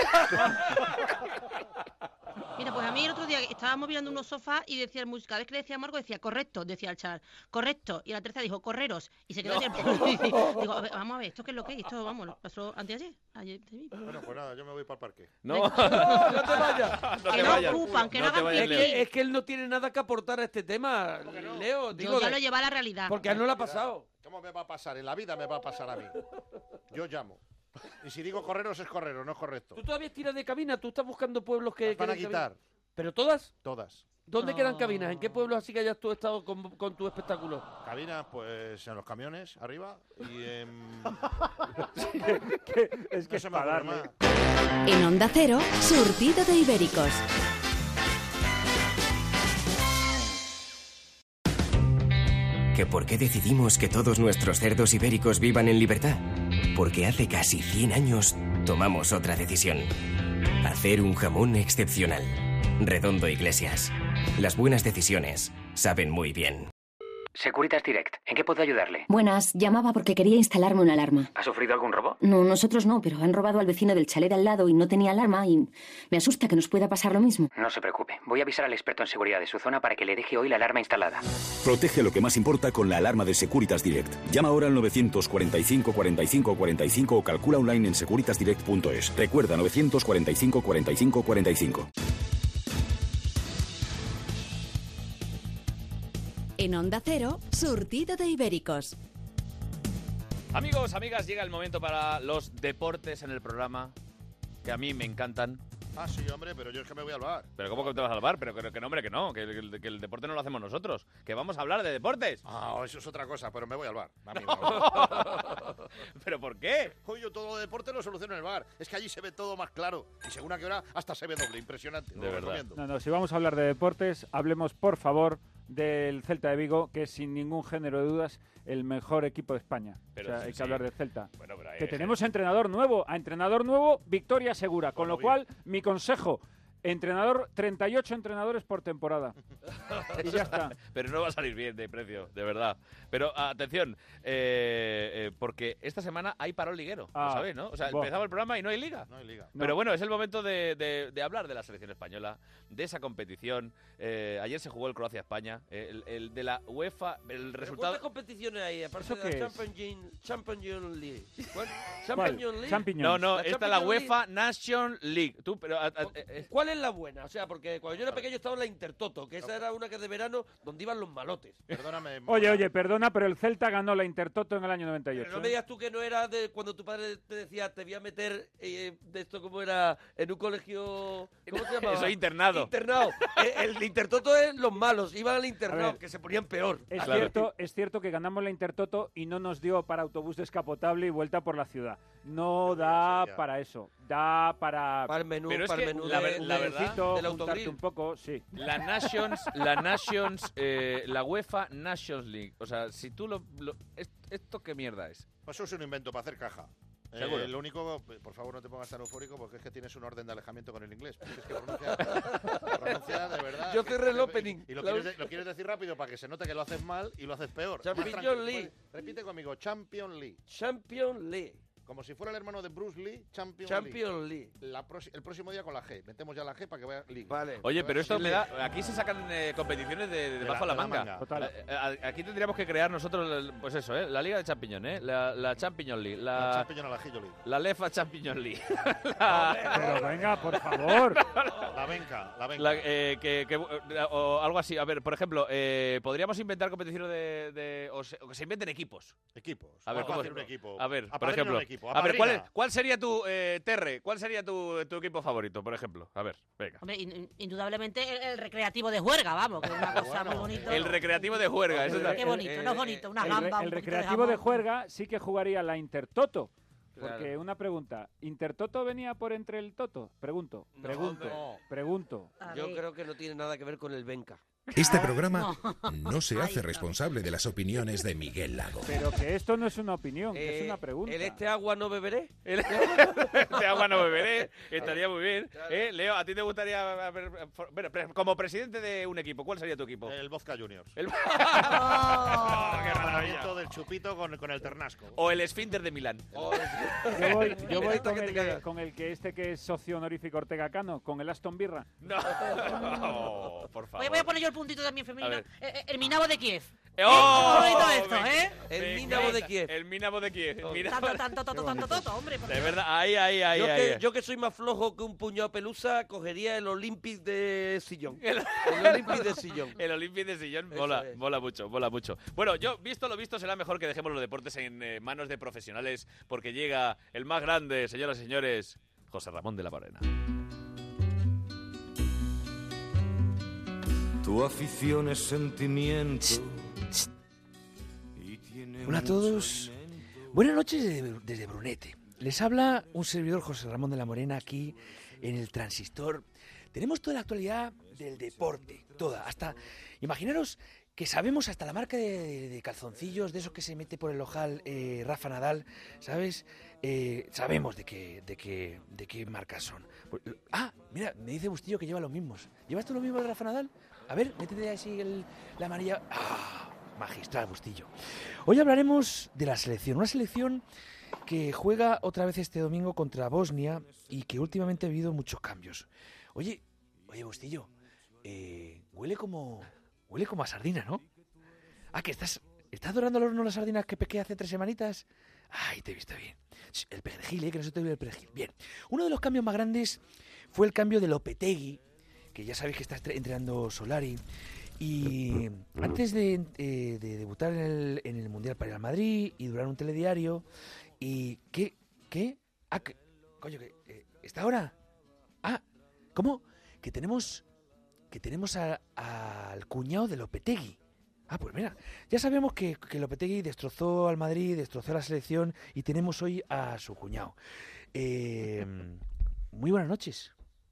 Mira, pues a mí el otro día estábamos mirando unos sofás y decía el músico, cada vez que le decía Marco decía correcto, decía el chaval, correcto. Y a la tercera dijo correros. Y se quedó tiempo. Digo, a ver, vamos a ver, ¿esto qué es lo que es? Esto, vamos, lo pasó antes de ayer. ayer te vi. Bueno, pues nada, yo me voy para el parque. No, No, no te vayas. no que te no vayas. ocupan, que no, No te hagan vayas, Es Leo. pipí. que, es que él no tiene nada que aportar a este tema, Leo. Yo Digo, ya de- lo lleva a la realidad. porque a él no le ha pasado. ¿Cómo me va a pasar? En la vida me va a pasar a mí. Yo llamo. Y si digo correros es correro, no es correcto. Tú todavía tiras de cabina, tú estás buscando pueblos que... Las van que a den quitar, cabina. ¿Pero todas? todas. ¿Dónde No. quedan cabinas? ¿En qué pueblos así que hayas tú estado con, con tu espectáculo? Cabinas, pues en los camiones, arriba. Y en... Que- es que No es se me para ocurre darle. más. En Onda Cero, surtido de ibéricos. ¿Que por qué decidimos que todos nuestros cerdos ibéricos vivan en libertad? Porque hace casi cien años tomamos otra decisión. Hacer un jamón excepcional. Redondo Iglesias. Las buenas decisiones saben muy bien. Securitas Direct, ¿en qué puedo ayudarle? Buenas, llamaba porque quería instalarme una alarma. ¿Ha sufrido algún robo? No, nosotros no, pero han robado al vecino del chalet al lado y no tenía alarma y me asusta que nos pueda pasar lo mismo. No se preocupe, voy a avisar al experto en seguridad de su zona para que le deje hoy la alarma instalada. Protege lo que más importa con la alarma de Securitas Direct. Llama ahora al novecientos cuarenta y cinco cuarenta y cinco cuarenta y cinco o calcula online en securitas direct punto es. Recuerda, novecientos cuarenta y cinco cuarenta y cinco cuarenta y cinco. En Onda Cero, surtido de ibéricos. Amigos, amigas, llega el momento para los deportes en el programa, que a mí me encantan. Ah, sí, hombre, pero yo es que me voy al bar. Pero ¿cómo que te vas al bar? Pero que, que no, hombre, que no, que, que- que el deporte no lo hacemos nosotros, que vamos a hablar de deportes. Ah, eso es otra cosa, pero me voy al bar. A mí me voy al bar. ¿Pero por qué? Oye, yo todo deporte lo soluciono en el bar. Es que allí se ve todo más claro. Y según a qué hora, hasta se ve doble. Impresionante. De Lo verdad. recomiendo. No, no, si vamos a hablar de deportes, hablemos por favor del Celta de Vigo, que es sin ningún género de dudas el mejor equipo de España. Pero o sea, sí, hay que sí. hablar del Celta. Bueno, pero ahí- Que tenemos entrenador nuevo, a entrenador nuevo, victoria segura. Con lo cual, mi consejo, entrenador, treinta y ocho entrenadores por temporada. Y ya está. Pero no va a salir bien de precio, de verdad. Pero atención, eh, eh, porque esta semana hay parón liguero, Ah, lo sabéis, ¿no? O sea, buah. empezaba el programa y no hay liga. No hay liga. Pero No. bueno, es el momento de, de- de hablar de la selección española, de esa competición. Eh, ayer se jugó el Croacia-España, eh, el, el de la UEFA, el ¿Pero resultado... ¿Cuántas competiciones hay aparte ¿Eso de la qué es? Champions Champions League? ¿Cuál? ¿Cuál? Champions League. Champions. No, no, La esta es la Champions UEFA Nation League. Tú, pero... a- a- eh, ¿Cuál es la buena? O sea, porque cuando yo era pequeño estaba en la Intertoto, que esa era una que de verano donde iban los malotes. Perdóname. Oye, Mona. oye, perdona, pero el Celta ganó la Intertoto en el año noventa y Pero ocho. no me digas tú que no era de cuando tu padre te decía te voy a meter eh, de esto como era en un colegio. ¿Cómo se llamaba? Eso, internado. Internado. Eh, el Intertoto es los malos, iban al internado, A ver. que se ponían peor. Es, Claro. cierto, es cierto que ganamos la Intertoto y no nos dio para autobús descapotable y vuelta por la ciudad. No da ya. para eso. Da para... Para el menú, Pero es para el que menú la de- ver- la de- verdad, necesito del juntarte autogrill. un poco, sí. La Nations, la Nations, eh, la UEFA Nations League. O sea, si tú lo, lo- est- ¿esto qué mierda es? Pues eso es un invento para hacer caja. Eh, Seguro. lo único, por favor, no te pongas tan eufórico porque es que tienes un orden de alejamiento con el inglés. Porque es que pronuncia, pronuncia de verdad. Yo que- cerré el que- opening. Y lo La- quieres, de- lo quieres decir rápido para que se note que lo haces mal y lo haces peor. Más Champions tranquilo. League. Repite conmigo, Champions League. Champions League. Como si fuera el hermano de Bruce Lee, Champions, Champions League. League. La prosi- el próximo día con la G. Metemos ya la G para que vaya League. Vale. Oye, pero esto Sí, me da... Aquí se sacan eh, competiciones de, de De debajo de la- la de la manga. manga. Total. Eh, eh, Aquí tendríamos que crear nosotros, el- pues eso, ¿eh? La Liga de Champiñones, ¿eh? La, la Champions League, La la, Champions, la Gillo League. la Lefa Champions League. Pero venga, por favor. La Venca, la Venca. La, eh, que, que- o algo así. A ver, por ejemplo, eh, podríamos inventar competiciones de... de- o, se, o que se inventen equipos. Equipos. A ver, Vamos ¿cómo- hacer un equipo. A ver, por Apadrina ejemplo. un equipo. A ver, ¿cuál, es- Apadrina. ¿cuál sería tu, eh, Terre, cuál sería tu, tu equipo favorito, por ejemplo? A ver, venga. Hombre, in- indudablemente el, el recreativo de Juerga, vamos, que es una cosa muy bonita. El recreativo de Juerga. Eso está- Qué bonito, no es bonito, una El, gamba, re- un el poquito de recreativo de jamón. Juerga sí que jugaría la Intertoto. Porque Claro. una pregunta, ¿Intertoto venía por entre el Toto? Pregunto, No, pregunto, no. pregunto. A Yo ver. creo que no tiene nada que ver con el Benca. Este programa no se hace responsable de las opiniones de Miguel Lago. Pero que esto no es una opinión, que Eh, es una pregunta. ¿El este agua no beberé? El este agua no beberé, estaría muy bien. Eh, Leo, ¿a ti te gustaría, ver, bueno, pre- como presidente de un equipo, cuál sería tu equipo? El Vodka Juniors. El... Oh, ¡Qué maravilla! Del chupito con, con el ternasco. O el esfínter de Milán. Yo voy, yo voy con, el que, con el que este que es socio honorífico Ortega Cano, con el Aston Birra. No, oh, por favor. Voy, voy a poner yo el puntito también femenino. A ver. Eh, eh, el Minabo de Kiev. ¡Oh! ¿Eh? ¿Cómo bonito esto, Me- eh? El me Minabo de encanta. Kiev. El Minabo de Kiev. el Minabo- Tanto, tanto, tanto, tanto, tanto, hombre. por De Dios. verdad, ahí, ahí, ahí. Yo, ahí, que, ahí. yo que soy más flojo que un puñado de pelusa, cogería el Olympic de sillón. El, El Olympic de sillón. El Olympic de sillón Eso mola, es. mola mucho, mola mucho. Bueno, yo, visto lo visto, será mejor que dejemos los deportes en eh, manos de profesionales, porque llega el más grande, señoras y señores, José Ramón de la Morena. Tu afición es sentimiento. Hola a todos. Buenas noches desde, desde Brunete. Les habla un servidor José Ramón de la Morena aquí en el Transistor. Tenemos toda la actualidad del deporte, toda. Hasta, imaginaros que sabemos hasta la marca de, de calzoncillos, de esos que se mete por el ojal eh, Rafa Nadal, ¿sabes? Eh, sabemos de qué, de qué, de qué marcas son. Pues, ah, mira, me dice Bustillo que lleva los mismos. ¿Llevas tú los mismos de Rafa Nadal? A ver, métete así el, la amarilla. ¡Ah! Magistral, Bustillo. Hoy hablaremos de la selección. Una selección que juega otra vez este domingo contra Bosnia y que últimamente ha habido muchos cambios. Oye, oye, Bustillo, eh, huele como huele como a sardina, ¿no? Ah, que estás estás dorando al horno las sardinas que pesqué hace tres semanitas. Ay, te he visto bien. El perejil, ¿eh? Que no se te olvide el perejil. Bien. Uno de los cambios más grandes fue el cambio de Lopetegui, que ya sabéis que está estre- entrenando Solari. Y antes de, eh, de debutar en el, en el Mundial para ir al Madrid y durar un telediario, y ¿qué? ¿Qué? Ah, que, coño, que eh, ¿está ahora? Ah, ¿cómo? Que tenemos que tenemos a- al cuñado de Lopetegui. Ah, pues mira, ya sabemos que, que Lopetegui destrozó al Madrid, destrozó a la selección y tenemos hoy a su cuñado. Eh, muy buenas noches.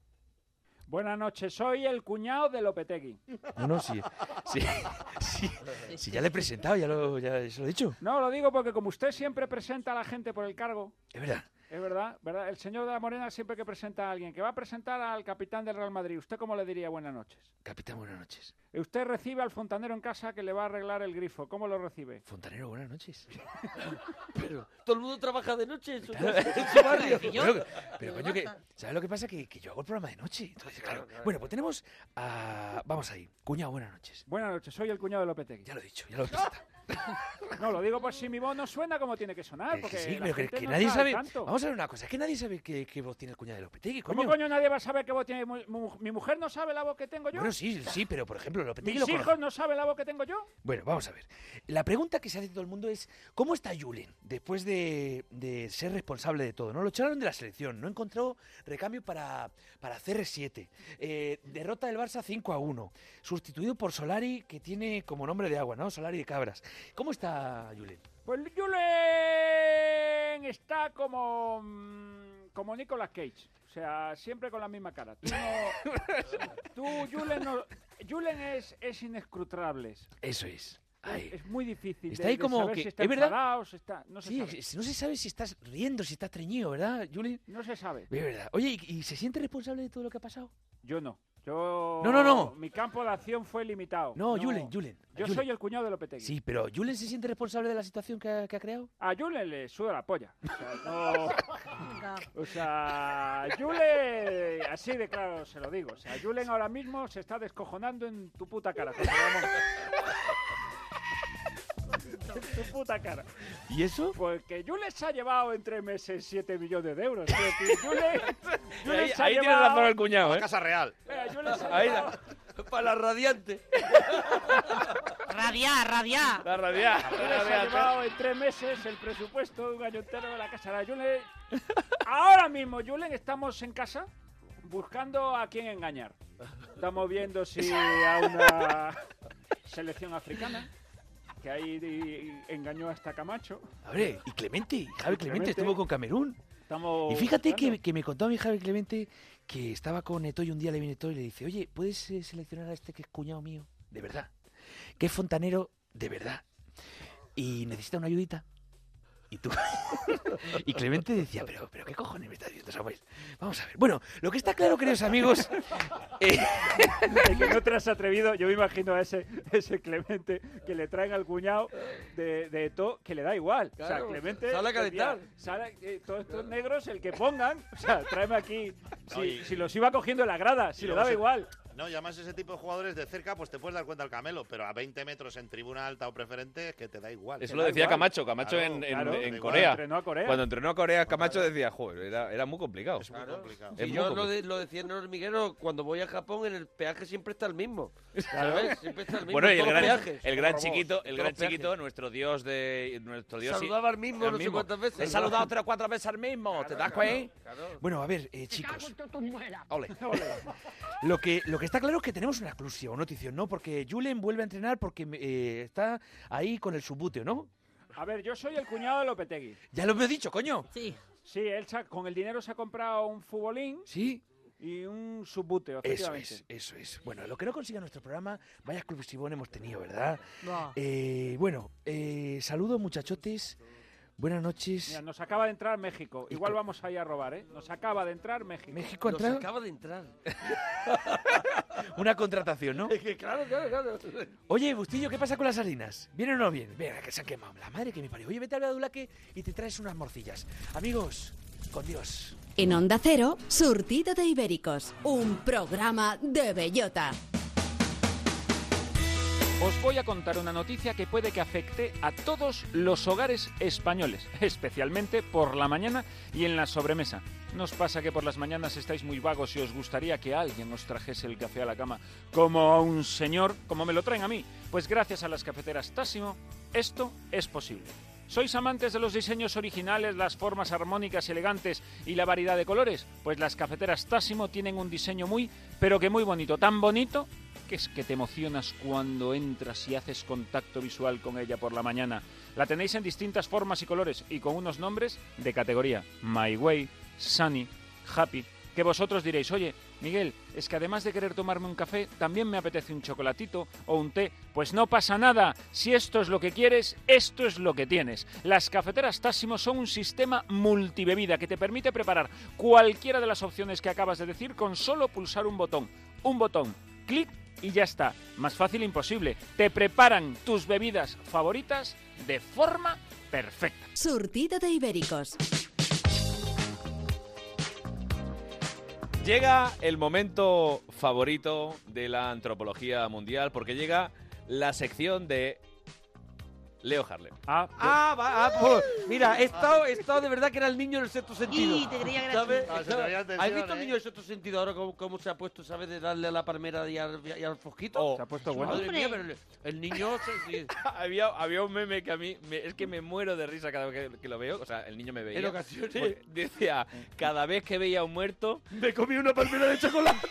Buenas noches, soy el cuñado de Lopetegui. No, no, sí, sí, sí, sí, ya le he presentado, ya lo, ya se lo he dicho. No, lo digo porque como usted siempre presenta a la gente por el cargo, Es verdad. es verdad, ¿verdad? El señor de la Morena siempre que presenta a alguien que va a presentar al capitán del Real Madrid, ¿usted cómo le diría buenas noches? Capitán, buenas noches. Usted recibe al fontanero en casa que le va a arreglar el grifo, ¿cómo lo recibe? Fontanero, buenas noches. Pero todo el mundo trabaja de noche en su, Claro. en su barrio. Pero, pero coño, que, ¿sabes lo que pasa? Que, que yo hago el programa de noche. Entonces, claro. Bueno, pues tenemos a... Vamos ahí. Cuñado, buenas noches. Buenas noches, soy el cuñado de Lopetegui. Ya lo he dicho, ya lo he presentado. No, lo digo por si mi voz no suena como tiene que sonar, Que- porque que sí, la pero que, gente que no nadie está al sabe... tanto. Vamos a ver una cosa. Es que nadie sabe qué, qué voz tiene el cuñado de Lopetegui, coño. ¿Cómo coño nadie va a saber qué voz tiene mu- mu- mi mujer? ¿No sabe la voz que tengo yo? Bueno, sí, sí, pero por ejemplo, Lopetegui ¿Mis lo hijos conoce. no saben la voz que tengo yo? Bueno, vamos a ver. La pregunta que se hace todo el mundo es ¿cómo está Julen después de, de ser responsable de todo? ¿No? Lo echaron de la selección, no encontró recambio para, para C R siete. Eh, derrota del Barça cinco a uno. Sustituido por Solari, que tiene como nombre de agua, ¿no? Solari de Cabras. ¿Cómo está Julen? Pues Julen está como mm, como Nicolas Cage, o sea, siempre con la misma cara. Tú, no, tú Julen, no, Julen es, es inescrutable. Eso es. Ahí. Es muy difícil Está de, ahí de como saber que- si está ¿es verdad? enfadado, si está... No se Sí, sabe. es- no se sabe si estás riendo, si estás treñido, ¿verdad, Julen? No se sabe. Es verdad. Oye, ¿y, y se siente responsable de todo lo que ha pasado? Yo no. Yo... No, no, no. Mi campo de acción fue limitado. No, Julen, Julen. Yo Julen. soy el cuñado de Lopetegui. Sí, pero ¿Julen se siente responsable de la situación que ha, que ha creado? A Julen le suda la polla. O sea, no... O sea, Julen, así de claro se lo digo. O sea, Julen ahora mismo se está descojonando en tu puta cara, José Ramón. En tu puta cara. ¿Y eso? Porque Julen se ha llevado en tres meses siete millones de euros. Quiero decir, Julen, Julen Ahí, se ha ahí tiene llevado- razón el cuñado, La ¿eh? Casa Real. Mira, Julen se ha Ahí llevado- Para la radiante. Radiar, radiar. La radial. Julen se ha llevado en tres meses el presupuesto de un año entero de la casa de Julen. Ahora mismo, Julen, estamos en casa buscando a quién engañar. Estamos viendo si a una selección africana que ahí di- engañó hasta Camacho. Hombre, y Clemente, Javi Clemente, Clemente. estuvo con Camerún. Estamos Y fíjate buscando. que, que me contó a mi Javi Clemente que estaba con Etoy, un día le viene Etoy y le dice, oye, ¿puedes eh, seleccionar a este que es cuñado mío de verdad, que es fontanero de verdad y necesita una ayudita. Y tú y Clemente decía, pero, pero ¿qué cojones me estás diciendo, Samuel? Vamos a ver. Bueno, lo que está claro, queridos amigos... Eh... Es que no te has atrevido, yo me imagino a ese, ese Clemente que le traen al cuñado de, de todo, que le da igual. Claro, o sea, Clemente... sale a calentar. Decía, sale, eh, todos estos negros, el que pongan, o sea, tráeme aquí... Si, No, y- si los iba cogiendo en la grada, si Y le luego daba se- igual. No, y además ese tipo de jugadores de cerca, pues te puedes dar cuenta al camelo, pero a veinte metros en tribuna alta o preferente, es que te da igual. Eso Te lo da decía igual. Camacho, Camacho Claro, en, en- claro, en da igual. Corea. Entrenó a Corea. Cuando entrenó a Corea, Camacho decía, joder, era, era muy complicado. Es muy complicado. Es Y muy yo lo, complicado. de, lo decía en el hormiguero, cuando voy a Japón, en el peaje siempre está el mismo. ¿Sabes? Siempre está el mismo. Bueno, y en el todos gran, los peajes. el gran Robots, chiquito, en el todos gran los peajes. chiquito, nuestro dios de nuestro dios. Saludaba al mismo no sé cuántas veces. He saludado tres o cuatro veces al mismo, ¿te das cuenta? Bueno, a ver, eh, chicos. Ole. Lo que, lo que está claro es que tenemos una exclusión, notición, ¿no? Porque Julen vuelve a entrenar porque eh, está ahí con el subbuteo, ¿no? A ver, yo soy el cuñado de Lopetegui. Ya lo he dicho, coño. Sí. Sí, él se ha- con el dinero se ha comprado un futbolín Sí. y un subbuteo, Eso efectivamente. es, eso es. Bueno, lo que no consiga nuestro programa, vaya exclusivón hemos tenido, ¿verdad? No. Eh, bueno, eh, saludos muchachotes, buenas noches. Mira, nos acaba de entrar México. Igual vamos ahí a robar, ¿eh? Nos acaba de entrar México. México ha Nos entrado. acaba de entrar. Una contratación, ¿no? Es que claro, claro, claro. Oye, Bustillo, ¿qué pasa con las sardinas? ¿Vienen o no vienen? Venga, que se han quemado. La madre que me parió. Oye, vete al Adulaque y te traes unas morcillas. Amigos, con Dios. En Onda Cero, Surtido de Ibéricos, un programa de bellota. Os voy a contar una noticia que puede que afecte a todos los hogares españoles, especialmente por la mañana y en la sobremesa. ¿Nos pasa que por las mañanas estáis muy vagos y os gustaría que alguien os trajese el café a la cama como a un señor, como me lo traen a mí? Pues gracias a las cafeteras Tassimo, esto es posible. ¿Sois amantes de los diseños originales, las formas armónicas y elegantes y la variedad de colores? Pues las cafeteras Tassimo tienen un diseño muy, pero que muy bonito. Tan bonito que es que te emocionas cuando entras y haces contacto visual con ella por la mañana. La tenéis en distintas formas y colores y con unos nombres de categoría. My Way, Sunny, Happy. Que vosotros diréis, oye, Miguel, es que además de querer tomarme un café, también me apetece un chocolatito o un té. Pues no pasa nada. Si esto es lo que quieres, esto es lo que tienes. Las cafeteras Tassimo son un sistema multibebida que te permite preparar cualquiera de las opciones que acabas de decir con solo pulsar un botón. Un botón. Clic y ya está. Más fácil imposible. Te preparan tus bebidas favoritas de forma perfecta. Surtido de Ibéricos. Llega el momento favorito de la antropología mundial porque llega la sección de Leo Harlem. Ah, Ah, va, ah, pues, mira, he estado, he estado de verdad que era el niño del sexto sentido. Y te creía que era ¿Sabes? tú. Ah, se te veía tensión, ¿Has visto el ¿eh? niño del sexto sentido ahora cómo, cómo se ha puesto, sabes, de darle a la palmera y al, y al fosquito? Oh, se ha puesto bueno. Madre mía, pero el, el niño... se- sí, había, había un meme que a mí me- es que me muero de risa cada vez que, que lo veo. O sea, el niño me veía. En ocasiones. Porque decía, cada vez que veía a un muerto, me comí una palmera de chocolate.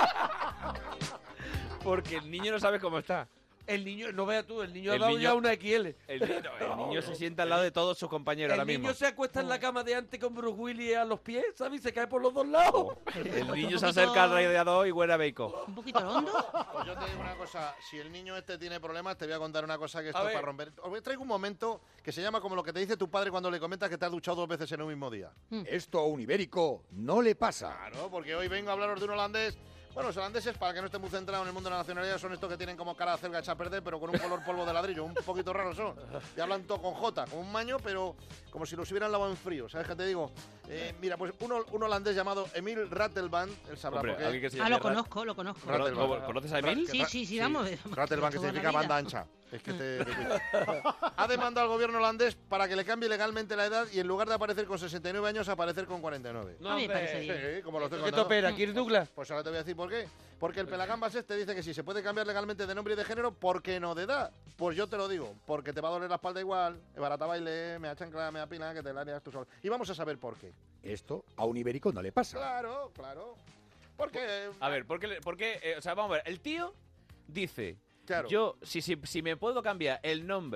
porque el niño no sabe cómo está. El niño, no veas tú, el niño ha El dado niño- ya una equis ele. El, niño- el niño se sienta al lado de todos sus compañeros El ahora mismo. niño se acuesta en la cama de antes con Bruce Willis a los pies, ¿sabes? Y se cae por los dos lados. El niño se acerca al radiador y huele a bacon. Un poquito hondo. Pues yo te digo una cosa, si el niño este tiene problemas, te voy a contar una cosa que esto A es ver. para romper. Os traigo un momento que se llama como lo que te dice tu padre cuando le comentas que te has duchado dos veces en un mismo día. Esto a un ibérico no le pasa. Claro, porque hoy vengo a hablaros de un holandés. Bueno, los holandeses, para que no esté muy centrado en el mundo de la nacionalidad, son estos que tienen como cara de acelga hecha a perder, pero con un color polvo de ladrillo, un poquito raros son. Y hablan todo con J, con un maño, pero como si los hubieran lavado en frío. ¿Sabes qué te digo? Eh, mira, pues un, hol- un holandés llamado Emil Ratelband, él sabrá Hombre, por qué. alguien que se Ah, llame lo Rat- conozco, lo conozco. Ratelband. ¿Conoces a Emil? Sí, sí, sí, vamos. Ratelband, que Toda la significa vida. banda ancha. Es que te, te cuido. Ha demandado al gobierno holandés para que le cambie legalmente la edad y en lugar de aparecer con sesenta y nueve años, aparecer con cuarenta y nueve. A mí me parece bien. Sí, como lo estoy ¿Qué contando. topera, Kirk Douglas? Pues ahora te voy a decir por qué. Porque el pelagambas este dice que sí, se puede cambiar legalmente de nombre y de género, ¿por qué no de edad? Pues yo te lo digo, porque te va a doler la espalda igual, el barata baile, me da chancla, me da pila, que te la harías tú solo. Y vamos a saber por qué. Esto a un ibérico no le pasa. Claro, claro. Porque... A ver, ¿por qué? le- por qué, eh, o sea, vamos a ver, el tío dice, Claro. yo, si, si, si me puedo cambiar el nombre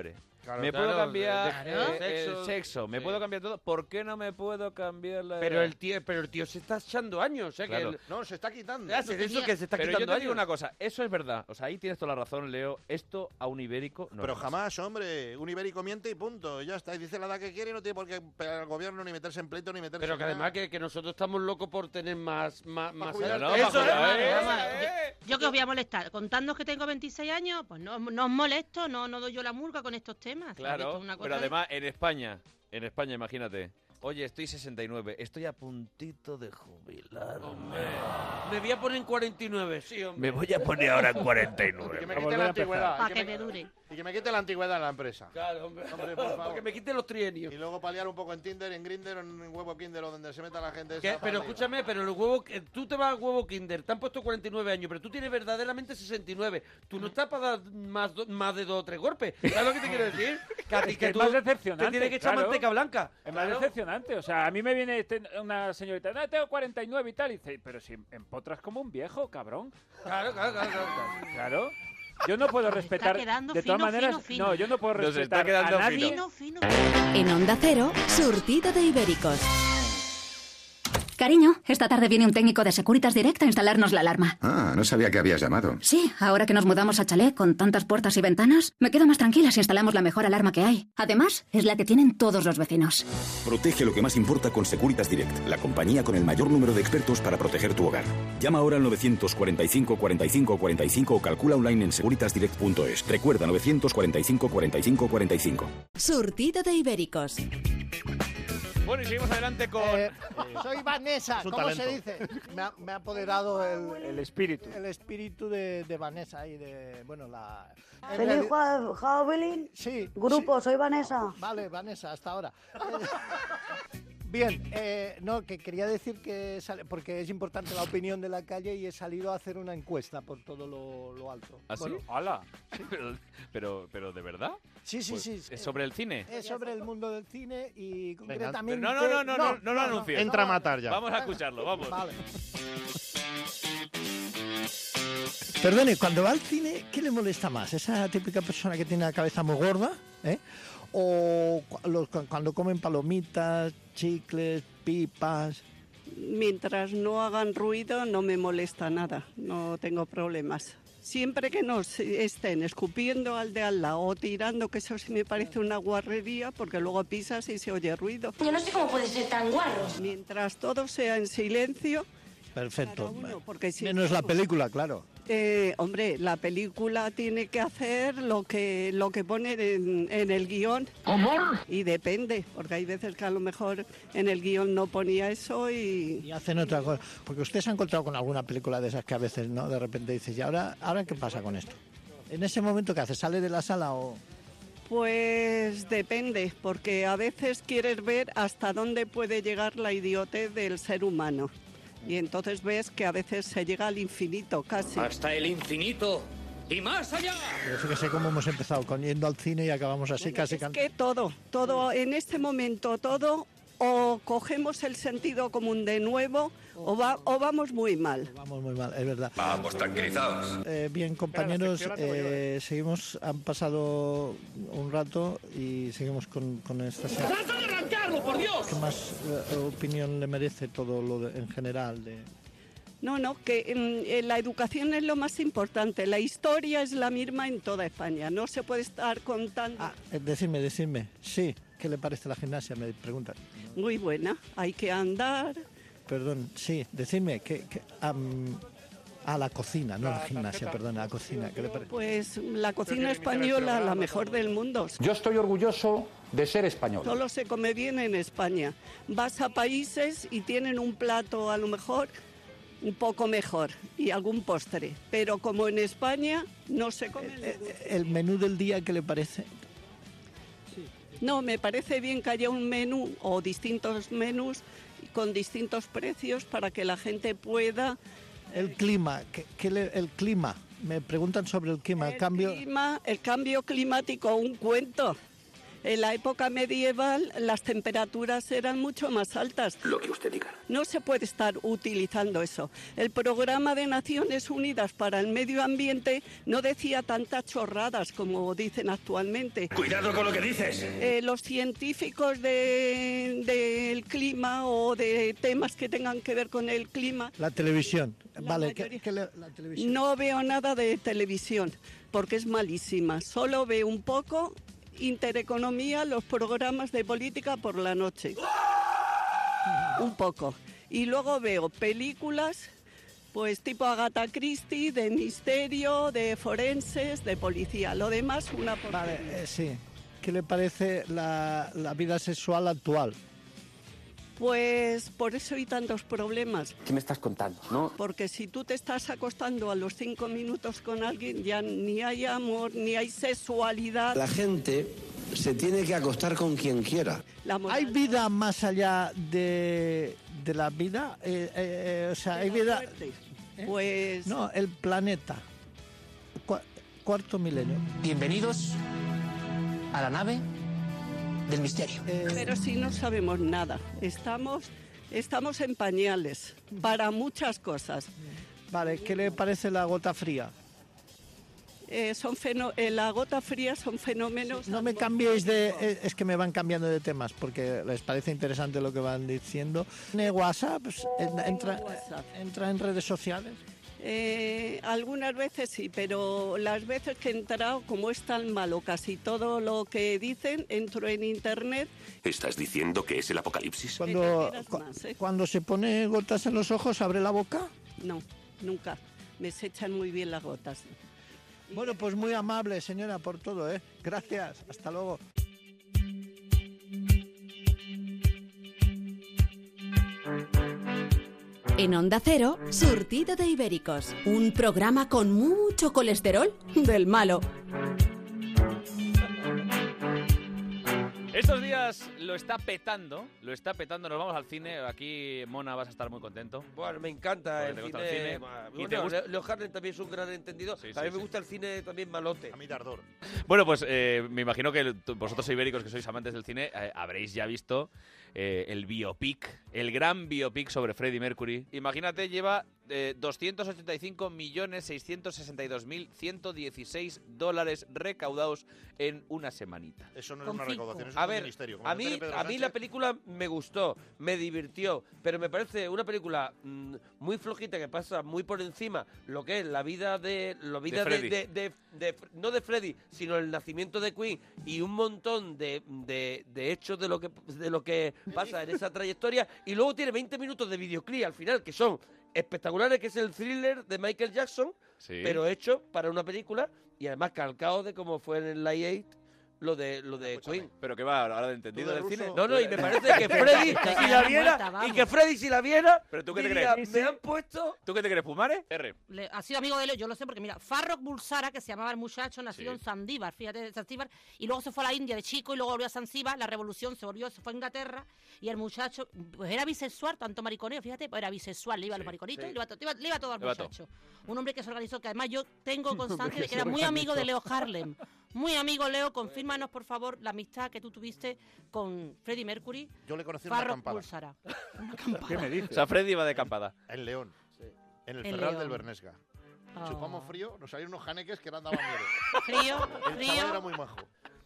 Claro, me claro, puedo cambiar de- eh, de- el sexo. sexo, me Sí. puedo cambiar todo. ¿Por qué no me puedo cambiar la Pero edad? el tío, pero el tío se está echando años, o sea Claro. que... el- No, se está quitando. Hace de eso que se está Pero quitando yo te digo años. una cosa, eso es verdad. O sea, ahí tienes toda la razón, Leo. Esto a un ibérico no Pero le pasa. jamás, hombre. Un ibérico miente y punto. Y ya está. Y dice la edad que quiere y no tiene por qué pegar al gobierno, ni meterse en pleito, ni meterse Pero en que nada. además que, que nosotros estamos locos por tener más... más, más cuidar- edad. No, Eso bajo es. la- eh, Vamos, yo, yo que os voy a molestar. Contadnos que tengo veintiséis años, pues no, no os molesto, no, no doy yo la murga con estos temas. ¿sabes? Esto Claro, es una cosa pero de- además en España, en España, imagínate. Oye, estoy sesenta y nueve, estoy a puntito de jubilarme. Me voy a poner en cuarenta y nueve, sí, hombre. Me voy a poner ahora en cuarenta y Y que nueve. me A quite volver la a empezar. antigüedad. Pa' y que me- me dure. Y que me quite la antigüedad en la empresa. Claro, hombre. Hombre, por favor. Para que me quiten los trienios. Y luego paliar un poco en Tinder, en Grindr, en Huevo Kinder o donde se meta la gente. ¿Qué? esa Pero para escúchame, pero los huevos, eh, tú te vas a huevo Kinder, te han puesto cuarenta y nueve años, pero tú tienes verdaderamente sesenta y nueve. Tú no estás para dar más, do- más de dos o tres golpes. ¿Sabes lo que te quiero decir? Que, a ti- Es que que es tú más te decepcionante. tienes que echar claro. manteca blanca. Es más Claro. decepcionante. O sea, a mí me viene este- una señorita, no, tengo cuarenta y nueve y tal, y dice, pero si empotras como un viejo, cabrón. Claro, claro, claro. claro. Claro. Yo no puedo respetar. quedando De todas fino, maneras, fino, fino. no, yo no puedo Nos está respetar quedando a nadie. Fino, fino. En Onda Cero, surtido de ibéricos. Cariño, esta tarde viene un técnico de Securitas Direct a instalarnos la alarma. Ah, no sabía que habías llamado. Sí, ahora que nos mudamos a chalet con tantas puertas y ventanas, me quedo más tranquila si instalamos la mejor alarma que hay. Además, es la que tienen todos los vecinos. Protege lo que más importa con Securitas Direct, la compañía con el mayor número de expertos para proteger tu hogar. Llama ahora al novecientos cuarenta y cinco, cuarenta y cinco, cuarenta y cinco o calcula online en securitas direct punto es. Recuerda novecientos cuarenta y cinco, cuarenta y cinco, cuarenta y cinco. Surtido de ibéricos. Bueno, y seguimos adelante con... Eh, soy Vanessa, Es un ¿cómo talento. se dice? Me ha, me ha apoderado el, El espíritu. el espíritu de, de Vanessa y de, bueno, la... en Feliz reali- Jua- Javelin. Sí. Grupo, sí. soy Vanessa. Vale, Vanessa, hasta ahora. Bien, eh, no, que quería decir que, sale, porque es importante la opinión de la calle y he salido a hacer una encuesta por todo lo, lo alto. ¿Ah, sí? Bueno, ¡Hala! Pero, pero, pero, ¿de verdad? sí, sí, Pues, sí. ¿es sobre el cine? Es sobre el mundo del cine y Pero concretamente... no, no, no, no, no, no lo anuncies. Entra a matar ya. Vamos a escucharlo, vamos. Vale. Perdone, cuando va al cine, ¿qué le molesta más? ¿Esa típica persona que tiene la cabeza muy gorda? ¿Eh? ¿O cu- los- cu- cuando comen palomitas, chicles, pipas? Mientras no hagan ruido no me molesta nada, no tengo problemas. Siempre que no se- estén escupiendo al de al lado o tirando, que eso sí me parece una guarrería, porque luego pisas y se oye ruido. Yo no sé cómo puede ser tan guarro. Mientras todo sea en silencio, Perfecto. porque si Menos la película, claro. Eh, hombre, la película tiene que hacer lo que lo que pone en, en el guión. ¿Amor? Y depende, porque hay veces que a lo mejor en el guión no ponía eso y... Y hacen otra cosa. Porque usted se ha encontrado con alguna película de esas que a veces, ¿no? De repente dices, ¿y ahora, ahora qué pasa con esto? En ese momento, ¿qué hace? ¿Sale de la sala o...? Pues depende, porque a veces quieres ver hasta dónde puede llegar la idiotez del ser humano. Y entonces ves que a veces se llega al infinito casi. Hasta el infinito y más allá. Yo fíjese cómo hemos empezado con yendo al cine y acabamos así casi... Es que todo, todo, en este momento todo, o cogemos el sentido común de nuevo o, va, o vamos muy mal. Vamos muy mal, es verdad. Vamos, tranquilizados. Eh, bien, compañeros, eh, seguimos, han pasado un rato y seguimos con, con esta serie. ¡Trata de arrancarlo, por Dios! ¿Qué más eh, opinión le merece todo lo de- en general? De... No, no, que mm, eh, la educación es lo más importante. La historia es la misma en toda España. No se puede estar contando. Eh, decidme, decidme, sí, ¿qué le parece la gimnasia? Me preguntan. Muy buena, hay que andar. Perdón, sí, decidme, que, que, am, a la cocina, no a la gimnasia, perdón, a la cocina, ¿qué le parece? Pues la cocina española, la mejor del mundo. Yo estoy orgulloso de ser español. Solo se come bien en España. Vas a países y tienen un plato a lo mejor un poco mejor y algún postre, pero como en España no se come. ¿El menú del día qué le parece? No, me parece bien que haya un menú o distintos menús con distintos precios para que la gente pueda... El clima, ¿qué, qué le- el clima? Me preguntan sobre el clima, el, cambio... Clima, el cambio climático, un cuento. En la época medieval las temperaturas eran mucho más altas. Lo que usted diga. No se puede estar utilizando eso. El programa de Naciones Unidas para el Medio Ambiente no decía tantas chorradas como dicen actualmente. Cuidado con lo que dices. Eh, los científicos de- del clima o de temas que tengan que ver con el clima, La televisión. Vale, ¿qué, qué le- la televisión? no veo nada de televisión porque es malísima. Solo veo un poco Intereconomía, los programas de política por la noche. Un poco. Y luego veo películas, pues tipo Agatha Christie, de misterio, de forenses, de policía. Lo demás, una porquería. Vale, eh, sí. ¿Qué le parece la, la vida sexual actual? Pues por eso hay tantos problemas. ¿Qué me estás contando, no? Porque si tú te estás acostando a los cinco minutos con alguien, ya ni hay amor, ni hay sexualidad. La gente se tiene que acostar con quien quiera. ¿Hay vida más allá de, de la vida? Eh, eh, eh, o sea, ¿hay vida...? Pues... No, el planeta. Cua- cuarto milenio. Bienvenidos a la nave del misterio. Pero si no sabemos nada, estamos, estamos en pañales para muchas cosas. Vale, ¿qué le parece la gota fría? Eh, son feno- eh, la gota fría son fenómenos... No me cambiéis de... eh, Es que me van cambiando de temas porque les parece interesante lo que van diciendo. ¿Tiene WhatsApp? Pues, en- entra, ¿Entra en redes sociales? Eh, algunas veces sí, pero las veces que he entrado, como es tan malo casi todo lo que dicen, entro en internet. ¿Estás diciendo que es el apocalipsis? Cuando, quieras cu- más, ¿eh? cuando se pone gotas en los ojos, ¿abre la boca? No, nunca. Me se echan muy bien las gotas. Bueno, pues muy amable, señora, por todo, ¿eh? Gracias. Hasta luego. En Onda Cero, Surtido de Ibéricos. Un programa con mucho colesterol del malo. Estos días lo está petando, lo está petando. Nos vamos al cine. Aquí, Mona, vas a estar muy contento. Bueno, me encanta Porque el te cine. gusta el cine. Bueno, ¿Y te gusta? Leo Harlem también es un gran entendido. Sí, a sí, mí me sí. gusta el cine también malote. A mí de ardor. Bueno, pues eh, me imagino que t- vosotros ibéricos que sois amantes del cine eh, habréis ya visto eh, el biopic, el gran biopic sobre Freddie Mercury. Imagínate, lleva eh, doscientos ochenta y cinco millones seiscientos sesenta y dos mil ciento dieciséis dólares recaudados en una semanita. Eso no es Con una cinco. recaudación, eso A es un ver, ministerio. Como a se mí, entere Pedro a mí Sánchez. la película me gustó, me divirtió, pero me parece una película mm, muy flojita que pasa muy por encima lo que es la vida de la vida de, Freddie. de- de- de- no de Freddie, sino el nacimiento de Queen y un montón de, de- de hechos de lo que de lo que pasa en esa trayectoria, y luego tiene veinte minutos de videoclip al final que son espectaculares, que es el thriller de Michael Jackson, Sí. pero hecho para una película y además calcado de cómo fue en el Live ocho lo de lo de Queen. Pero que va ahora de entendido ¿Tú de del ruso? cine. No, no, y me parece que Pero- Freddy, si la muerta, viera, vamos. y que Freddy, si la viera, ¿Pero tú qué te diría, crees? me han puesto... ¿Tú qué te crees, Pumare? R. Le- ha sido amigo de Leo, yo lo sé porque mira, Farrokh Bulsara, que se llamaba el muchacho, nacido Sí. en Zanzíbar, fíjate, Zanzíbar, y luego se fue a la India de chico y luego volvió a Zanzíbar, la revolución se volvió, se fue a Inglaterra, y el muchacho, pues era bisexual, tanto mariconeo, fíjate, pues era bisexual, le iba a los mariconitos, sí. y le iba, to- le iba- le iba todo al Le iba todo. muchacho. Un hombre que se organizó, que además yo tengo constancia que de que se era muy amigo de organizó. Leo Harlem. Muy amigo, Leo, confírmanos por favor la amistad que tú tuviste con Freddie Mercury. Yo le conocí en una Farrokh acampada. Bulsara. Una acampada. ¿Qué me dices? O sea, Freddy iba de acampada. En León. En el En Ferral León. del Bernesga. Oh. Chupamos frío, nos salieron unos janeques que eran daban miedo. Frío, El frío. chaval era muy majo.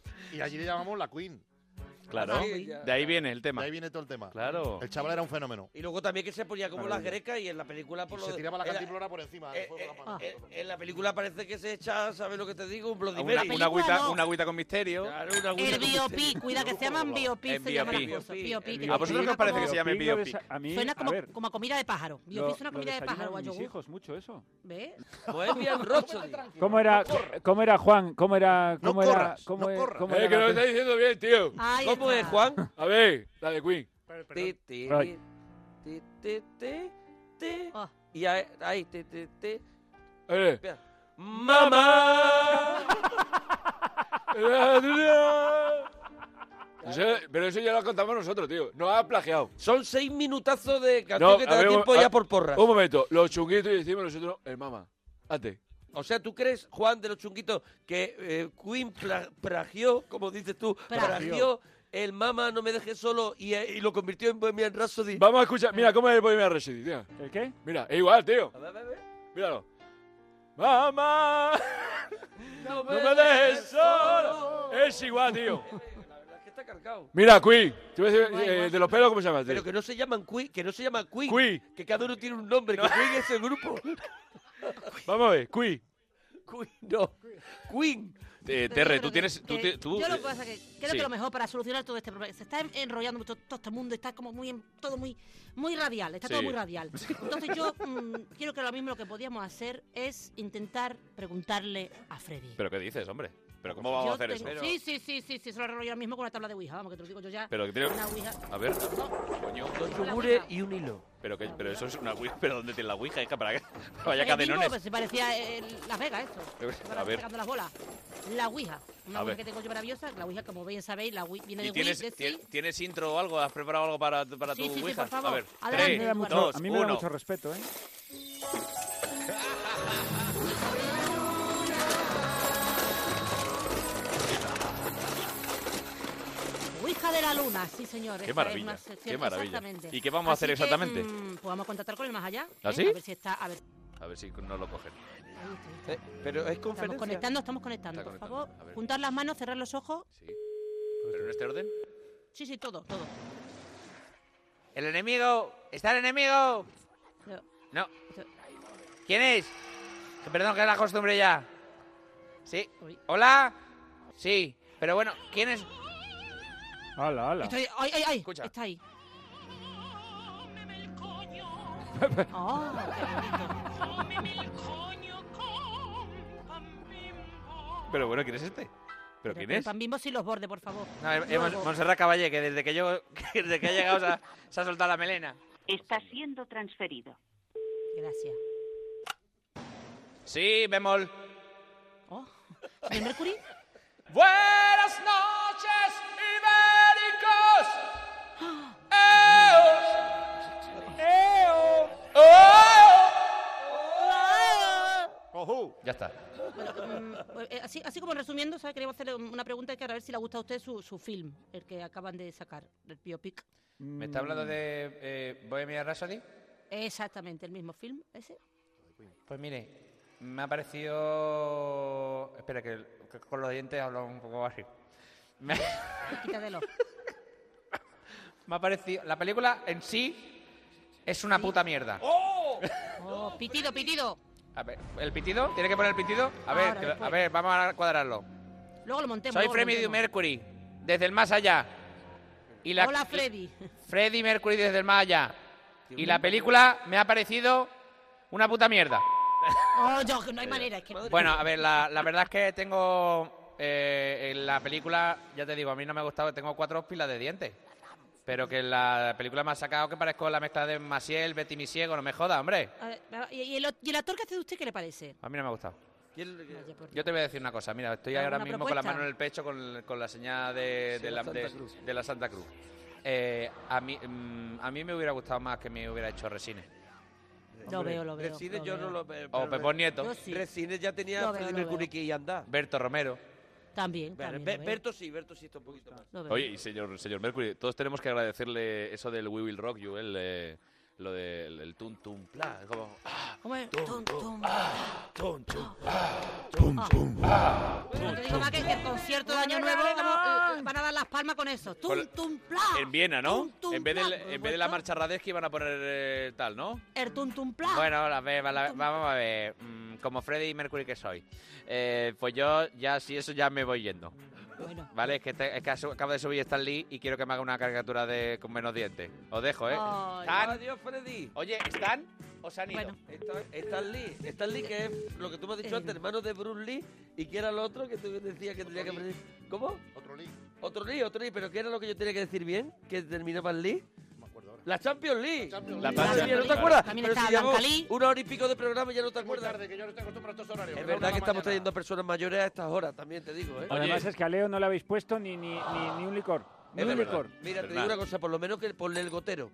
Y allí le llamamos la Queen. Claro. Sí, ya. De ahí viene el tema. De ahí viene todo el tema. Claro. El chaval era un fenómeno. Y luego también que se ponía como las grecas y en la película por Y lo se de- tiraba la en cantimplora por encima. eh, después eh, con la mano. eh, en la película parece que se echa, ¿sabes lo que te digo? Un Bloody Una, Mary. una agüita, no. una agüita con misterio. Claro, una agüita El con biopic, misterio. cuida que se llaman biopic, En se llaman las biopic. cosas. El Biopic. biopic. ¿A vosotros qué os parece que se llame Biopic lo biopic? desa- A mí, Suena a como, ver, como a comida de pájaro. Biopic es una lo comida de pájaro o a desayunan mis yogur. hijos mucho eso. ¿Ves? Bohemian Rhapsody. ¿Cómo era, cómo era Juan? ¿Cómo era, No cómo era, corras, cómo no es- corras. cómo Eh, era que la lo pe- está diciendo bien, tío. Ahí ¿Cómo está. es, Juan? A ver, la de Queen. Ti, ti, Ay. ti, ti, ti, ti. Ah. Y ahí, ahí, ti, ti, ti. Eh. Espera. ¡Mamá! Eso- pero eso ya lo contamos nosotros, tío. No ha plagiado. Son seis minutazos de No, canción que te a da ver, tiempo un- ya a- por porras. Un momento, los chunguitos y decimos nosotros, el mamá. Hazte. O sea, ¿tú crees, Juan, de los chunguitos, que eh, Queen pla- plagió, como dices tú, Plagió. plagió el Mama no me dejes solo y, eh, y lo convirtió en Bohemian Rhapsody? Vamos a escuchar. Mira, ¿cómo es el Bohemian Rhapsody, tío? ¿El qué? Mira, es igual, tío. A ver, a ver, a ver. Míralo. Mamá, No no me dejes solo. Es igual, tío. La verdad es que está cargado. Mira, Queen. Te voy a decir, eh, de los pelos, ¿cómo se llama? Pero que no se llaman Queen, que no se llama Queen. Queen. Que cada uno tiene un nombre, que Queen es el grupo. Vamos a ver, Queen. Queen, no. Queen. Eh, Pero Terre, yo tú creo tienes... que- Tú, que ti- tú, yo lo eh, que pasa es que creo sí. que lo mejor para solucionar todo este problema se está en- enrollando mucho todo este mundo, está como muy en- todo muy muy radial, está todo Sí. muy radial. Entonces yo mm, quiero que ahora mismo lo que podíamos hacer es intentar preguntarle a Freddy. ¿Pero qué dices, hombre? ¿Pero cómo vamos Yo a hacer tengo- eso? Sí, sí, sí, sí, sí, eso lo arreglo yo ahora mismo con una tabla de Ouija, vamos, que te lo digo yo ya. Pero que tiene... Una Ouija. A ver, coño. Dos yogures y un hilo. Pero, que, pero eso es una Ouija. ¿Pero dónde tiene la Ouija, hija? ¿Para qué? Vaya Eh, digo, cadenones. pues, se parecía eh, Las Vegas, esto. Pero, Ahora a ver. sacando las bolas. La Ouija. Una A Ouija ver. que tengo yo maravillosa. La Ouija, como bien sabéis, la Ouija viene de ¿Y tienes, Wii, de tien- sí. ¿tienes intro o algo? ¿Has preparado algo para, para Sí, tu sí, sí, Ouija? por favor. A ver, Adelante. tres, A mí me da mucho, dos, a mí me da uno. mucho respeto, ¿eh? Ouija de la luna, sí señor. Qué esta es maravilla, una sección- qué maravilla. Exactamente. ¿Y qué vamos a hacer Así que, exactamente? mm, pues vamos a contactar con el más allá. ¿Ah, ¿eh? sí? A ver si está. A ver, A ver si no lo cogen. Eh, pero es estamos conferencia. conectando, estamos conectando. Está Por conectando, favor, a ver. juntar las manos, cerrar los ojos. ¿Pero en este orden? Sí, sí, todo, todo. El enemigo. ¿Está el enemigo? Pero- No. ¿Quién es? Que perdón, que es la costumbre ya. Sí. ¿Hola? Sí. Pero bueno, ¿quién es? Hala, hala. Está ahí, ay, ay, ay, Escucha. está ahí. Oh, qué Pero bueno, ¿quién es este? ¿Pero quién es? Pan Bimbo sin los bordes, por favor. No, es- es Luego. Mon- Montserrat Caballé, que desde que yo que desde que ha llegado se ha, se ha soltado la melena. Está siendo transferido. Gracias. Sí, bemol. Oh, ¿señor Mercury? Buenas noches, Ya está. Bueno, mm, pues, eh, así, así como resumiendo, ¿sabes? Queríamos hacerle una pregunta que a ver si le gusta a usted su, su film, el que acaban de sacar, el biopic. ¿Me está hablando de eh, Bohemian Rhapsody? Exactamente, el mismo film, ese. Pues mire, me ha parecido... Espera, que, que con los dientes hablo un poco así. Me, Quítatelo. me ha parecido... La película en sí es una puta mierda. Oh, pitido, pitido. A ver, ¿el pitido? ¿Tiene que poner el pitido? A ver, Ahora, que- después. a ver, vamos a cuadrarlo. Luego lo montemos. Soy luego lo Freddie montemos. Mercury, desde el más allá. Y la, Hola, Freddy. Freddie Mercury desde el más allá. Y la película me ha parecido una puta mierda. Oh, yo, que no hay manera. Es que... Bueno, a ver, la, la verdad es que tengo... eh, en la película, ya te digo, a mí no me ha gustado, tengo cuatro pilas de dientes. Pero que en la película me ha sacado que parezco la mezcla de Maciel, Betty Misiego, no me joda, hombre. A ver, ¿y, y el, ¿Y el actor que hace de usted qué le parece? A mí no me ha gustado. Vaya, por- Yo te voy a decir una cosa, mira, estoy ahora ¿Alguna mismo con la propuesta? mano en el pecho con, con la señal de, Sí, de la la, Santa de- Cruz. de la Santa Cruz. Eh, a, mí, mm, a mí me hubiera gustado más que me hubiera hecho Resines. Lo veo, lo veo. Resines lo yo veo. no lo veo. O Pepón Nieto. Yo sí. Resines ya tenía Lo veo, Freddie lo Mercury veo. que y andar. Berto Romero. También, Ver- también. Be- lo veo. Berto sí, Berto sí está un poquito más. Lo veo. Oye, y señor, señor Mercury, todos tenemos que agradecerle eso del We Will Rock You, el, eh, lo del el tum tum pla, como... ¿Cómo es? Tum, tum. Tum, tum. Bueno, te digo más que que el concierto de Año Nuevo vamos, eh, van a dar las palmas con eso. Tum, Con- tum, pla. En Viena, ¿no? Tum, tum, En vez, del- pla. en vez de la marcha Radetzky van a poner eh, tal, ¿no? El tum, tum, pla. Bueno, a ver, va- vamos a ver. mm, Como Freddie Mercury que soy. Eh, pues yo ya, si eso ya me voy yendo. Bueno. Vale, es que, te- es que asu- acabo de subir Stan Lee y quiero que me haga una caricatura de con menos dientes. Os dejo, ¿eh? Ay. Stan. Adiós, Freddy. Oye, ¿están o se han ido? Bueno. Está- Stan Lee, Stan Lee que es lo que tú me has dicho Eh. antes, hermano de Bruce Lee, y que era lo otro que tú decías que tenía que Lee. aprender. ¿Cómo? Otro Lee. Otro Lee, otro Lee, pero ¿qué era lo que yo tenía que decir bien? Que terminaba en Lee. No me acuerdo ahora. La Champions League. La Champions La League. Champions Madre mía, ¿no te League. acuerdas? También Pero está si llevamos Blanca Lee. una hora y pico de programa y ya no te Es muy acuerdas. tarde, que yo no estoy acostumbrado a estos horarios. Es que me verdad da que una estamos mañana. trayendo personas mayores a estas horas, también te digo, ¿eh? Además es que a Leo no le habéis puesto ni, ni, ni, ni un licor. Ni Es un verdad. licor. Mira, te Verdad. digo una cosa, por lo menos que ponle el gotero.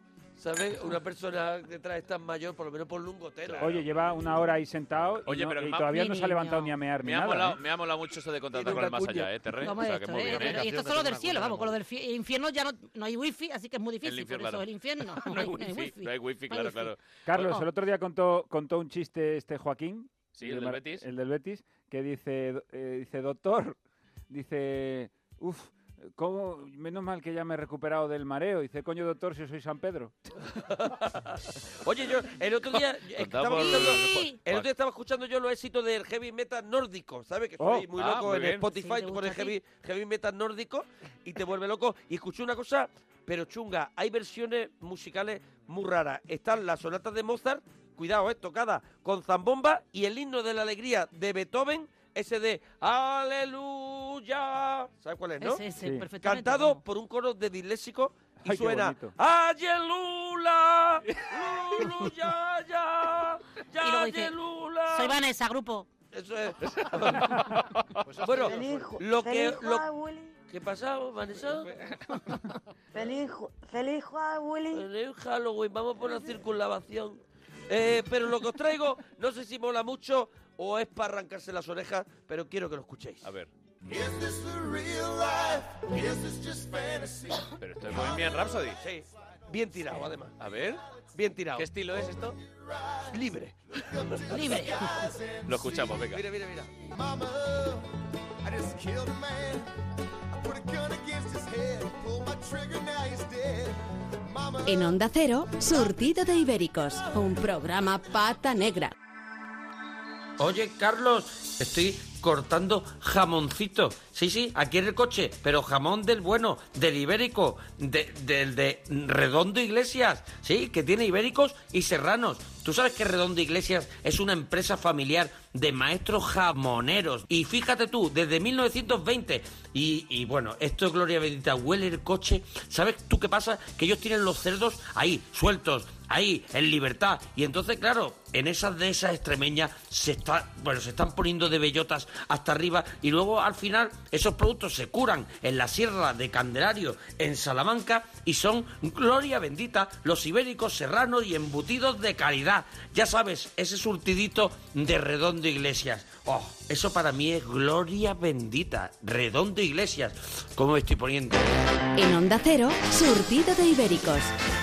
¿sabes? Una persona detrás es tan mayor, por lo menos ponle un gotero. Oye, lleva una hora ahí sentado y, Oye, no- pero y ma- todavía Mi no se ha levantado ni a mear ni Me ha, nada. molado, ¿eh? me ha molado mucho esto de contratar Tiene con el una más cuña. allá, ¿eh, Terre? ¿Cómo O es sea, que esto, muy eh? bien, Pero- ¿eh? y esto es solo del cielo, vamos, con lo del fi- infierno ya no, no hay wifi, así que es muy difícil, infierno, por eso claro. el infierno. No hay wifi, no hay wifi, claro, claro. Carlos, Oh. el otro día contó, contó un chiste este Joaquín. Sí, el del Mar- Betis. El del Betis, que dice, eh, dice doctor, dice, uff, ¿cómo? Menos mal que ya me he recuperado del mareo. Dice, coño, doctor, si soy San Pedro. Oye, yo el otro día estaba por- escuchando, Sí. el otro día estaba escuchando yo los éxitos del heavy metal nórdico, ¿sabes? Que Oh, soy muy ah, loco muy en bien. Spotify, Sí, ¿te tú gusta pones a ti? heavy, heavy metal nórdico y te vuelve loco. Y escuché una cosa, pero chunga, hay versiones musicales muy raras. Están las sonatas de Mozart, cuidado, eh, tocadas con zambomba, y el himno de la alegría de Beethoven, ese de Aleluya, ¿sabes cuál es, no? Ese, ese, Sí. perfectamente, Cantado vamos. por un coro de disléxico y Ay, qué suena bonito. Ayelula, Lulu, ya, ya, ya, Y luego dice, Ayelula. soy Vanessa, grupo. Eso es. Bueno, Feliz ju- lo que... feliz Lo... Juan, Willy. ¿Qué pasa, Vanessa? Feliz, ju- feliz Juan, Willy. Feliz Halloween, vamos por la circunvalación. Eh, pero lo que os traigo, no sé si mola mucho o es para arrancarse las orejas, pero quiero que lo escuchéis. A ver. Pero esto es Bohemian Rhapsody. Sí, bien tirado, además. A ver. Bien tirado. ¿Qué estilo es esto? Libre. Libre. Lo escuchamos, venga. Mira, mira, mira. En Onda Cero, Surtido de Ibéricos, un programa pata negra. Oye, Carlos, estoy cortando jamoncito. Sí, sí, aquí en el coche, pero jamón del bueno, del ibérico, de- del de Redondo Iglesias, sí, que tiene ibéricos y serranos. Tú sabes que Redondo Iglesias es una empresa familiar de maestros jamoneros. Y fíjate tú, desde mil novecientos veinte. Y, y bueno, esto es gloria bendita. Huele el coche. ¿Sabes tú qué pasa? Que ellos tienen los cerdos ahí, sueltos, ahí, en libertad. Y entonces, claro, en esas de esas extremeñas se está, bueno, se están poniendo de bellotas hasta arriba. Y luego, al final, esos productos se curan en la Sierra de Candelario, en Salamanca, y son gloria bendita los ibéricos serranos y embutidos de calidad. Ya sabes, ese surtidito de Redondo Iglesias. Oh, eso para mí es gloria bendita. Redondo Iglesias. ¿Cómo me estoy poniendo? En Onda Cero, Surtido de Ibéricos.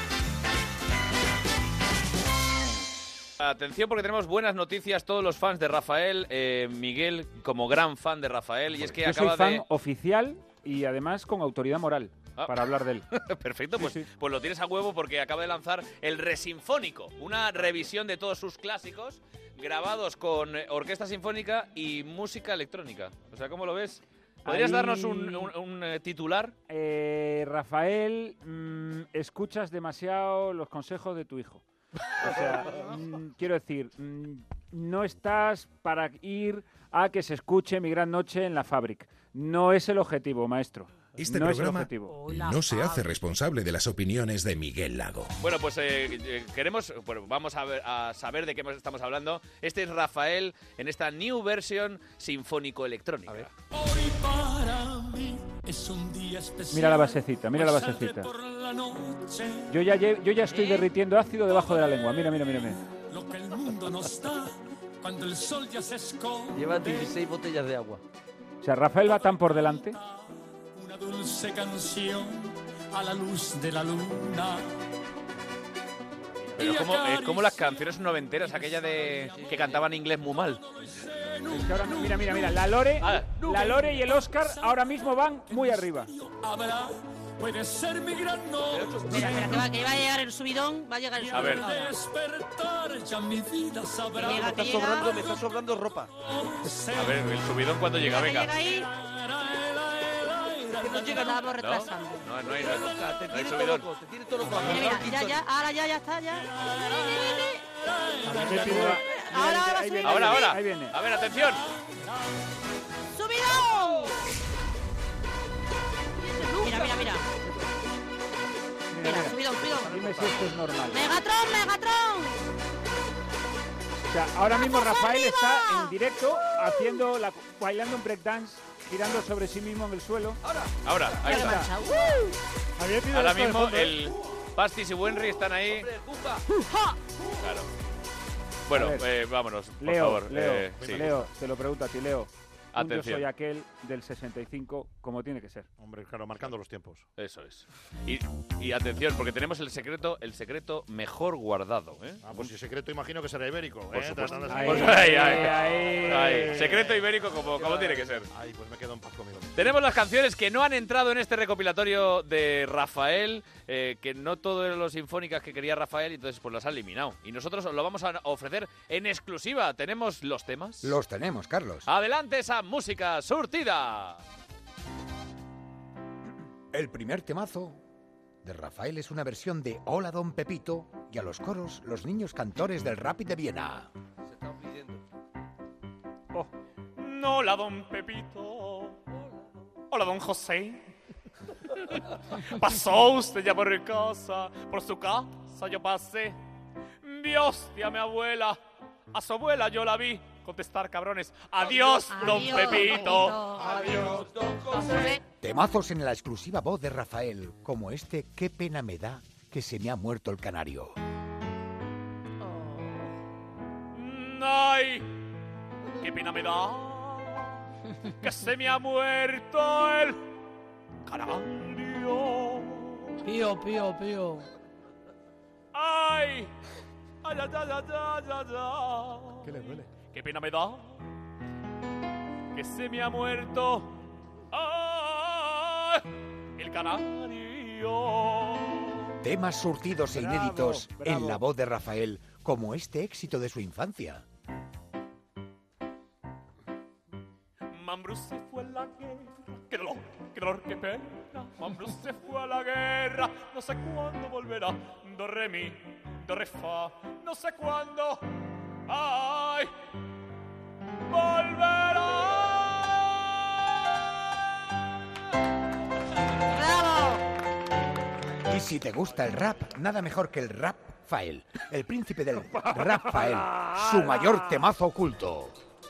Atención porque tenemos buenas noticias. Todos los fans de Rafael, eh, Miguel como gran fan de Rafael, y es que Yo soy acaba fan de... oficial y además con autoridad moral Ah. para hablar de él. Perfecto, pues, sí. pues lo tienes a huevo porque acaba de lanzar el Resinfónico, una revisión de todos sus clásicos grabados con eh, orquesta sinfónica y música electrónica. O sea, ¿cómo lo ves? ¿Podrías Ahí- darnos un, un- un, eh, titular? Eh, Rafael, mm, escuchas demasiado los consejos de tu hijo. O sea, mm, quiero decir, mm, no estás para ir a que se escuche Mi Gran Noche en la Fábrica. No es el objetivo, maestro. Este no es el programa objetivo. no se hace responsable de las opiniones de Miguel Lago. Bueno, pues eh, eh, queremos, bueno, vamos a, ver- a saber de qué más estamos hablando. Este es Rafael en esta new version sinfónico-electrónica. Hoy para mí es un día especial. Mira la basecita, mira la Pues saldré basecita. por la noche. Yo ya, lle- yo ya estoy derritiendo ácido debajo de la lengua. Mira, mira, mira, mira. Lo que el mundo nos da cuando el sol ya se esconde. Lleva dieciséis botellas de agua. O sea, Rafael va tan por delante. Una dulce canción a la luz de la luna. Pero es como, es como las canciones noventeras, aquella de que cantaban inglés muy mal. Es que ahora, mira, mira, mira. La Lore, la Lore y el Oscar ahora mismo van muy arriba. Habrá, puede ser mi gran noche. Mira, mira, que va, que va a llegar el subidón, va a llegar el Y subidón. al ver. despertar ya mi vida sabrá. Que llega, Me está que llega. sobrando, me está sobrando ropa. A ver, el subidón cuando llega, Que venga. llega ahí. Que no llega Estamos nunca. retrasando. No, no hay, Te no hay tiene todo subidón. loco, te tiene todo loco. Mira, mira, ya, ya, ahora ya, ya está, ya. Ahora, ahora, Ahí viene, subidón. Ahora, ahora. Ahí viene. A ver, atención. ¡Subidón! Mira, mira, mira. Mira, Mira, mira. subidón, subidón. Dime si esto es normal. ¡Megatron, Megatron! O sea, ahora mismo Rafael está en directo haciendo la, bailando un breakdance, girando sobre sí mismo en el suelo. Ahora, ahí Ya está. marcha. ¡Uh! Había pedido Ahora esto de mismo fondo, ¿eh? el, Pastis y Buenri están ahí. Claro. Bueno, eh, vámonos, por Leo, favor. Leo, eh, sí. Leo, te lo pregunto a ti, Leo. Un yo Atención. soy aquel del sesenta y cinco, como tiene que ser. Hombre, claro, marcando los tiempos. Eso es. Y, y atención, porque tenemos el secreto, el secreto mejor guardado, ¿eh? Ah, pues si secreto imagino que será ibérico. Por ¿eh? supuesto. Tratando de- Ahí, Pues ahí, ahí, ahí. ahí. Secreto ibérico como, como tiene que ser. Ay, pues me quedo en paz conmigo. Tenemos las canciones que no han entrado en este recopilatorio de Rafael, eh, que no todo eran las sinfónicas que quería Rafael, y entonces pues las ha eliminado. Y nosotros os lo vamos a ofrecer en exclusiva. ¿Tenemos los temas? Los tenemos, Carlos. Adelante esa música surtida. El primer temazo de Rafael es una versión de Hola Don Pepito y a los coros los niños cantores del Rapid de Viena. Se están pidiendo. Hola, don Pepito. Hola, don José. Pasó usted ya por casa, por su casa yo pasé. Vi hostia a mi abuela, a su abuela yo la vi contestar, cabrones. Adiós, don Adiós, Pepito. Adiós, don José. Temazos en la exclusiva voz de Rafael, como este Qué pena me da que se me ha muerto el canario. Ay, qué pena me da que se me ha muerto el canario. Pío, pío, pío. Ay, ay, ay, ay, ay, ay, ay, ay. ¿Qué le duele? Qué pena me da que se me ha muerto ay, el canario. Temas surtidos e Bravo, inéditos bravo. en la voz de Rafael, como este éxito de su infancia. Mambrú se fue a la guerra, qué dolor, qué dolor, qué pena. Mambrú se fue a la guerra, no sé cuándo volverá. Do, re, mi, do, re, fa, no sé cuándo. Ay, Y si te gusta el rap, nada mejor que el Rapfael, el príncipe del Rapfael, su mayor temazo oculto.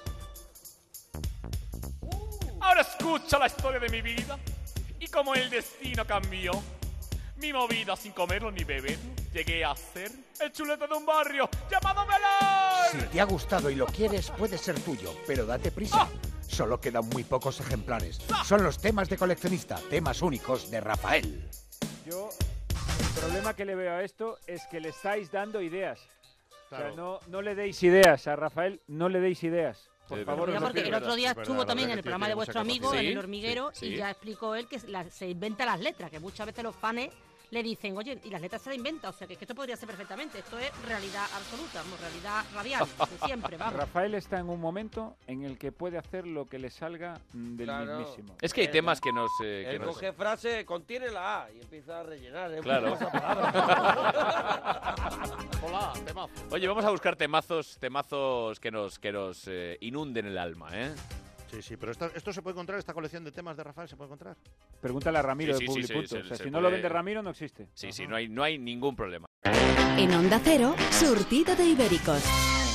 Ahora escucha la historia de mi vida y cómo el destino cambió. Mi movida sin comerlo ni beber, llegué a ser el chulete de un barrio llamado Si Belén. te ha gustado y lo quieres, puede ser tuyo, pero date prisa. Solo quedan muy pocos ejemplares. Son los temas de coleccionista, temas únicos de Rafael. Yo, el problema que le veo a esto es que le estáis dando ideas. O Claro. sea, no, no le deis ideas a Rafael, no le deis ideas. Por Sí, favor, mira, os lo porque pido. el otro día Es verdad, estuvo la también verdad en el que programa tiene de mucha vuestro amigo, capacidad. en El Sí, Hormiguero, sí, y sí. ya explicó él que la- se inventa las letras, que muchas veces los fans le dicen, oye, y las letras se las inventa, o sea, que, que esto podría ser perfectamente, esto es realidad absoluta, no, realidad radial, de siempre, vamos. Rafael está en un momento en el que puede hacer lo que le salga mm, del Claro. mismísimo. Es que hay temas que nos... eh, que Él nos- coge frase, contiene la A y empieza a rellenar. ¿eh? Claro. Pasa palabra. Hola, temazo. Oye, vamos a buscar temazos, temazos que nos, que nos eh, inunden el alma, ¿eh? Sí, sí, pero esto, esto se puede encontrar, esta colección de temas de Rafael se puede encontrar. Pregúntale a Ramiro Sí, de sí, sí, Publipunto. se- o sea, se si no puede- lo vende Ramiro, no existe. Sí, sí, no hay, no hay ningún problema. En Onda Cero, surtido de ibéricos.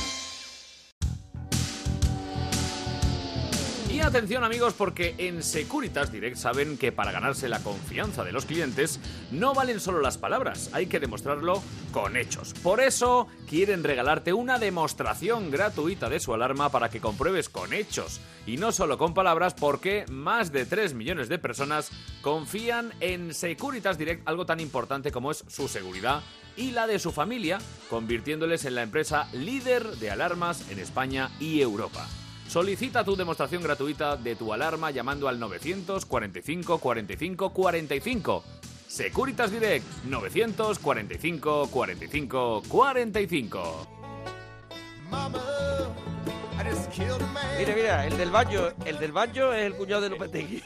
Y atención amigos, porque en Securitas Direct saben que para ganarse la confianza de los clientes no valen solo las palabras, hay que demostrarlo con hechos. Por eso quieren regalarte una demostración gratuita de su alarma para que compruebes con hechos y no solo con palabras, porque más de tres millones de personas confían en Securitas Direct, algo tan importante como es su seguridad y la de su familia, convirtiéndoles en la empresa líder de alarmas en España y Europa. Solicita tu demostración gratuita de tu alarma llamando al novecientos cuarenta y cinco cuarenta y cinco cuarenta y cinco. Securitas Direct, novecientos cuarenta y cinco cuarenta y cinco cuarenta y cinco. Mira, mira, el del baño, el del baño es el cuñado de Lopetegui.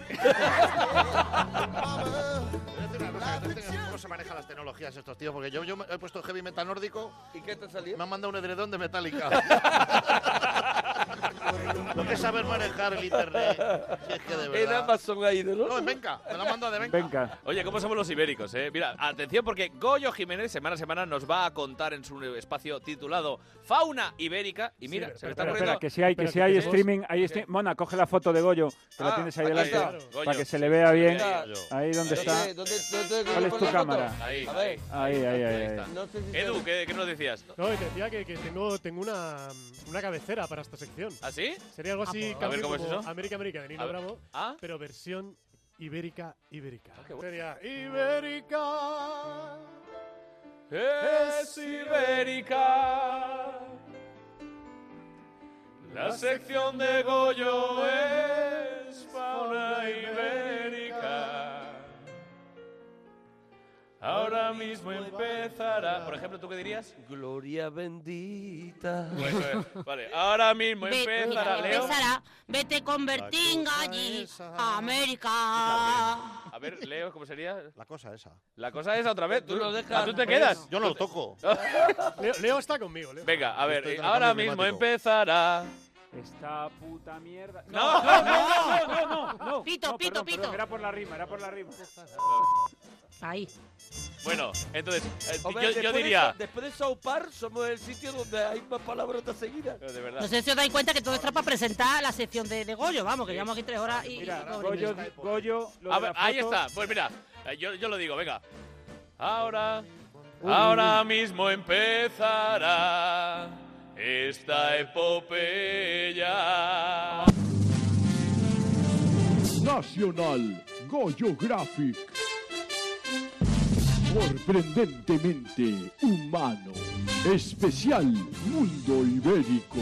¿Cómo se manejan las tecnologías estos tíos? Porque yo, yo he puesto heavy metal nórdico. ¿Y qué te salió? Me han mandado un edredón de Metallica. Lo que es saber manejar el internet. Si es que de En verdad. Amazon ha ido, ¿no? No, en Venca. Me la manda de Venca. Venga. Oye, ¿cómo somos los ibéricos, eh? Mira, atención porque Goyo Jiménez semana a semana nos va a contar en su espacio titulado Fauna Ibérica. Y mira, Sí, se me espera, está espera, ocurriendo... que si hay, que Pero si hay ¿qué? streaming, hay stream- Mona, coge la foto de Goyo, que la Ah, tienes ahí aquí delante, está, Goyo. para que se le vea bien. Goyo. Ahí donde Ahí. está. ¿Dónde, dónde, ¿Cuál es tu cámara? Ahí, A ver. Ahí, ahí, ahí. ahí. está. No sé si Edu, se- ¿qué, qué nos decías? No, te decía que, que tengo, tengo una, una cabecera para esta sección. ¿Ah, sí? Sería algo Ah, así pues, a casi ver, ¿cómo es como eso? América América de Nino A ver. Bravo, ¿Ah? pero versión ibérica ibérica. Ah, qué bueno. Sería ibérica. Es ibérica. La sección de Goyo es fauna ibérica. Ahora mismo empezará. Por ejemplo, ¿tú qué dirías? Gloria bendita. Pues, eh, vale, ahora mismo Ve- empezará. mira, Leo. empezará. Vete convertir allí a América. A ver, Leo, ¿cómo sería? La cosa esa. La cosa esa otra vez. Tú lo dejas, Ah, ¿tú te pues. quedas? Yo no lo toco. Leo, Leo está conmigo, Leo. Venga, a ver, Estoy eh, con el ahora cambio mismo climático. empezará. Esta puta mierda. No, no, no, no, no, no. Pito, No, pito, perdón, pito. perdón, era por la rima, era por la rima. Ahí. Bueno, entonces, eh, Hombre, yo, después yo de diría. Sa- después de South Park somos el sitio donde hay más palabrotas seguidas. Pero de verdad. No sé si os dais cuenta que todo esto es para presentar la sección de, de Goyo, vamos, que Sí. llevamos aquí tres horas y... Mira, y- Goyo, Goyo, lo A de ver, la ahí foto- está. Pues mira, eh, yo, yo lo digo, venga. Ahora, ahora mismo empezará esta epopeya. Nacional Goyo Graphic. Sorprendentemente humano. Especial Mundo Ibérico.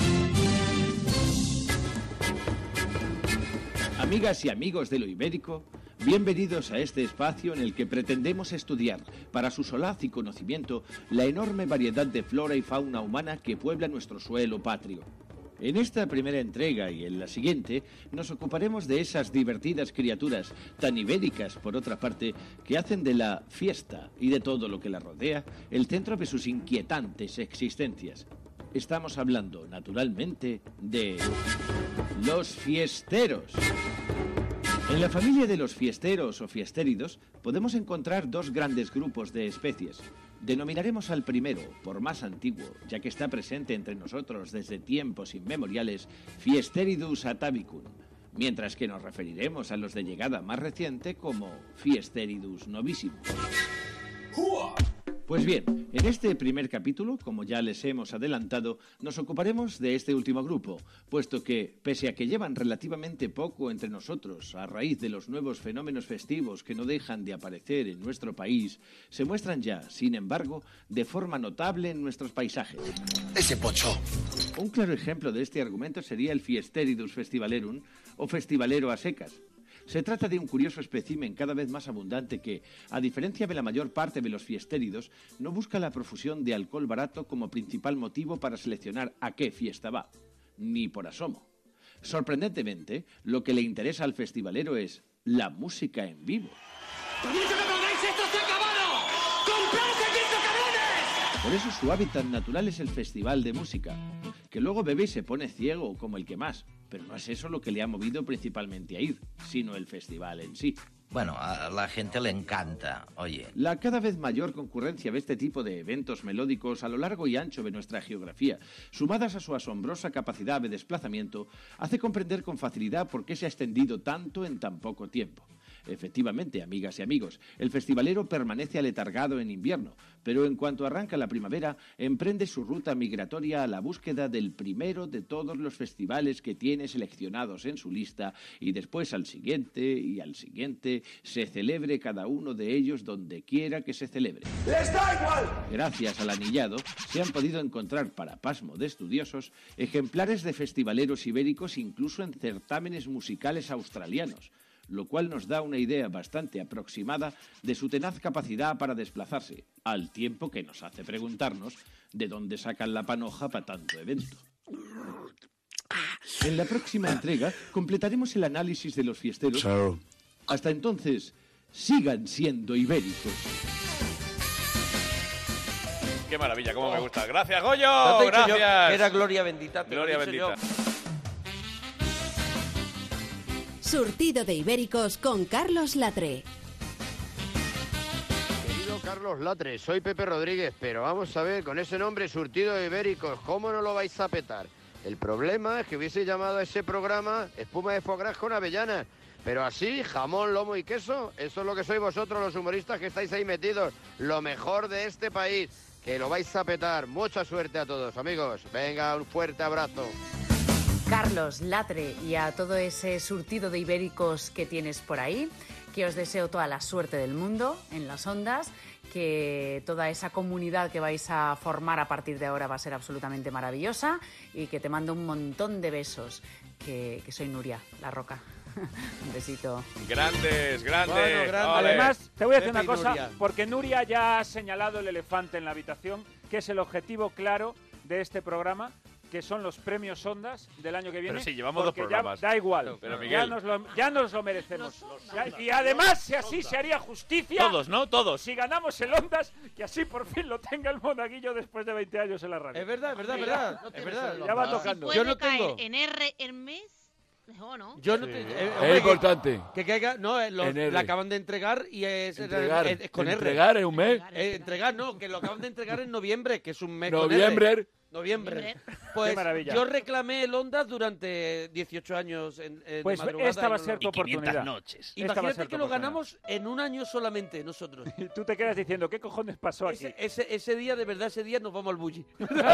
Amigas y amigos de lo ibérico, bienvenidos a este espacio en el que pretendemos estudiar, para su solaz y conocimiento, la enorme variedad de flora y fauna humana que puebla nuestro suelo patrio. En esta primera entrega y en la siguiente nos ocuparemos de esas divertidas criaturas, tan ibéricas por otra parte, que hacen de la fiesta y de todo lo que la rodea el centro de sus inquietantes existencias. Estamos hablando, naturalmente, de los fiesteros. En la familia de los fiesteros o fiestéridos podemos encontrar dos grandes grupos de especies. Denominaremos al primero, por más antiguo, ya que está presente entre nosotros desde tiempos inmemoriales, Fiesteridus atavicum, mientras que nos referiremos a los de llegada más reciente como Fiesteridus novissimum. Pues bien, en este primer capítulo, como ya les hemos adelantado, nos ocuparemos de este último grupo, puesto que, pese a que llevan relativamente poco entre nosotros a raíz de los nuevos fenómenos festivos que no dejan de aparecer en nuestro país, se muestran ya, sin embargo, de forma notable en nuestros paisajes. Ese pocho. Un claro ejemplo de este argumento sería el Fiesteridus festivalerum, o festivalero a secas. Se trata de un curioso espécimen cada vez más abundante que, a diferencia de la mayor parte de los fiestéridos, no busca la profusión de alcohol barato como principal motivo para seleccionar a qué fiesta va, ni por asomo. Sorprendentemente, lo que le interesa al festivalero es la música en vivo. Por eso su hábitat natural es el festival de música, que luego bebe y se pone ciego como el que más. Pero no es eso lo que le ha movido principalmente a ir, sino el festival en sí. Bueno, a la gente le encanta, oye. La cada vez mayor concurrencia de este tipo de eventos melódicos a lo largo y ancho de nuestra geografía, sumadas a su asombrosa capacidad de desplazamiento, hace comprender con facilidad por qué se ha extendido tanto en tan poco tiempo. Efectivamente, amigas y amigos, el festivalero permanece aletargado en invierno, pero en cuanto arranca la primavera, emprende su ruta migratoria a la búsqueda del primero de todos los festivales que tiene seleccionados en su lista y después al siguiente y al siguiente, se celebre cada uno de ellos donde quiera que se celebre. ¡Les da igual! Gracias al anillado, se han podido encontrar, para pasmo de estudiosos, ejemplares de festivaleros ibéricos incluso en certámenes musicales australianos, lo cual nos da una idea bastante aproximada de su tenaz capacidad para desplazarse, al tiempo que nos hace preguntarnos de dónde sacan la panoja para tanto evento. En la próxima entrega completaremos el análisis de los fiesteros. Chao. Hasta entonces, sigan siendo ibéricos. Qué maravilla, cómo me gusta. Gracias, Goyo. ¿No te he dicho yo Gracias. que era Gloria bendita? Te lo Gloria he dicho bendita. yo. Surtido de Ibéricos con Carlos Latre. Querido Carlos Latre, soy Pepe Rodríguez, pero vamos a ver, con ese nombre Surtido de Ibéricos, ¿cómo no lo vais a petar? El problema es que hubiese llamado a ese programa Espuma de foie gras con avellanas, pero así, jamón, lomo y queso, eso es lo que sois vosotros los humoristas que estáis ahí metidos, lo mejor de este país, que lo vais a petar. Mucha suerte a todos, amigos. Venga, un fuerte abrazo. Carlos Latre, y a todo ese surtido de ibéricos que tienes por ahí, que os deseo toda la suerte del mundo en las ondas, que toda esa comunidad que vais a formar a partir de ahora va a ser absolutamente maravillosa y que te mando un montón de besos, que, que soy Nuria, la Roca. Un besito. Grandes, grandes. Bueno, grande. Además, te voy a decir una cosa, Nuria. porque Nuria ya ha señalado el elefante en la habitación, que es el objetivo claro de este programa, que son los premios Ondas del año que viene. Pero sí, llevamos dos programas. Ya, da igual, no, pero ya, nos lo, ya nos lo merecemos. Ya, y además, si así se haría justicia... Todos, ¿no? Todos. Si ganamos el Ondas, que así por fin lo tenga el monaguillo después de veinte años en la radio. Es verdad, es verdad, es verdad. No es verdad. Ya va tocando. Si Yo no caer tengo. en R el mes, mejor, ¿no? Yo no Sí. te, eh, Es hombre, importante. Que, que caiga, no, eh, lo, En R. la acaban de entregar y es, Entregar. es- es con R. Entregar en un mes. Eh, entregar, no, que lo acaban de entregar en noviembre, que es un mes Noviembre. con R. Noviembre. Pues Qué maravilla. yo reclamé el Ondas durante dieciocho años en, en Pues de madrugada esta va a y no ser lo- tu oportunidad. noches. Esta va a Imagínate ser tu que lo oportunidad. ganamos en un año solamente nosotros. Y tú te quedas diciendo, ¿qué cojones pasó aquí? Ese, ese, ese día, de verdad, ese día nos vamos al bulli.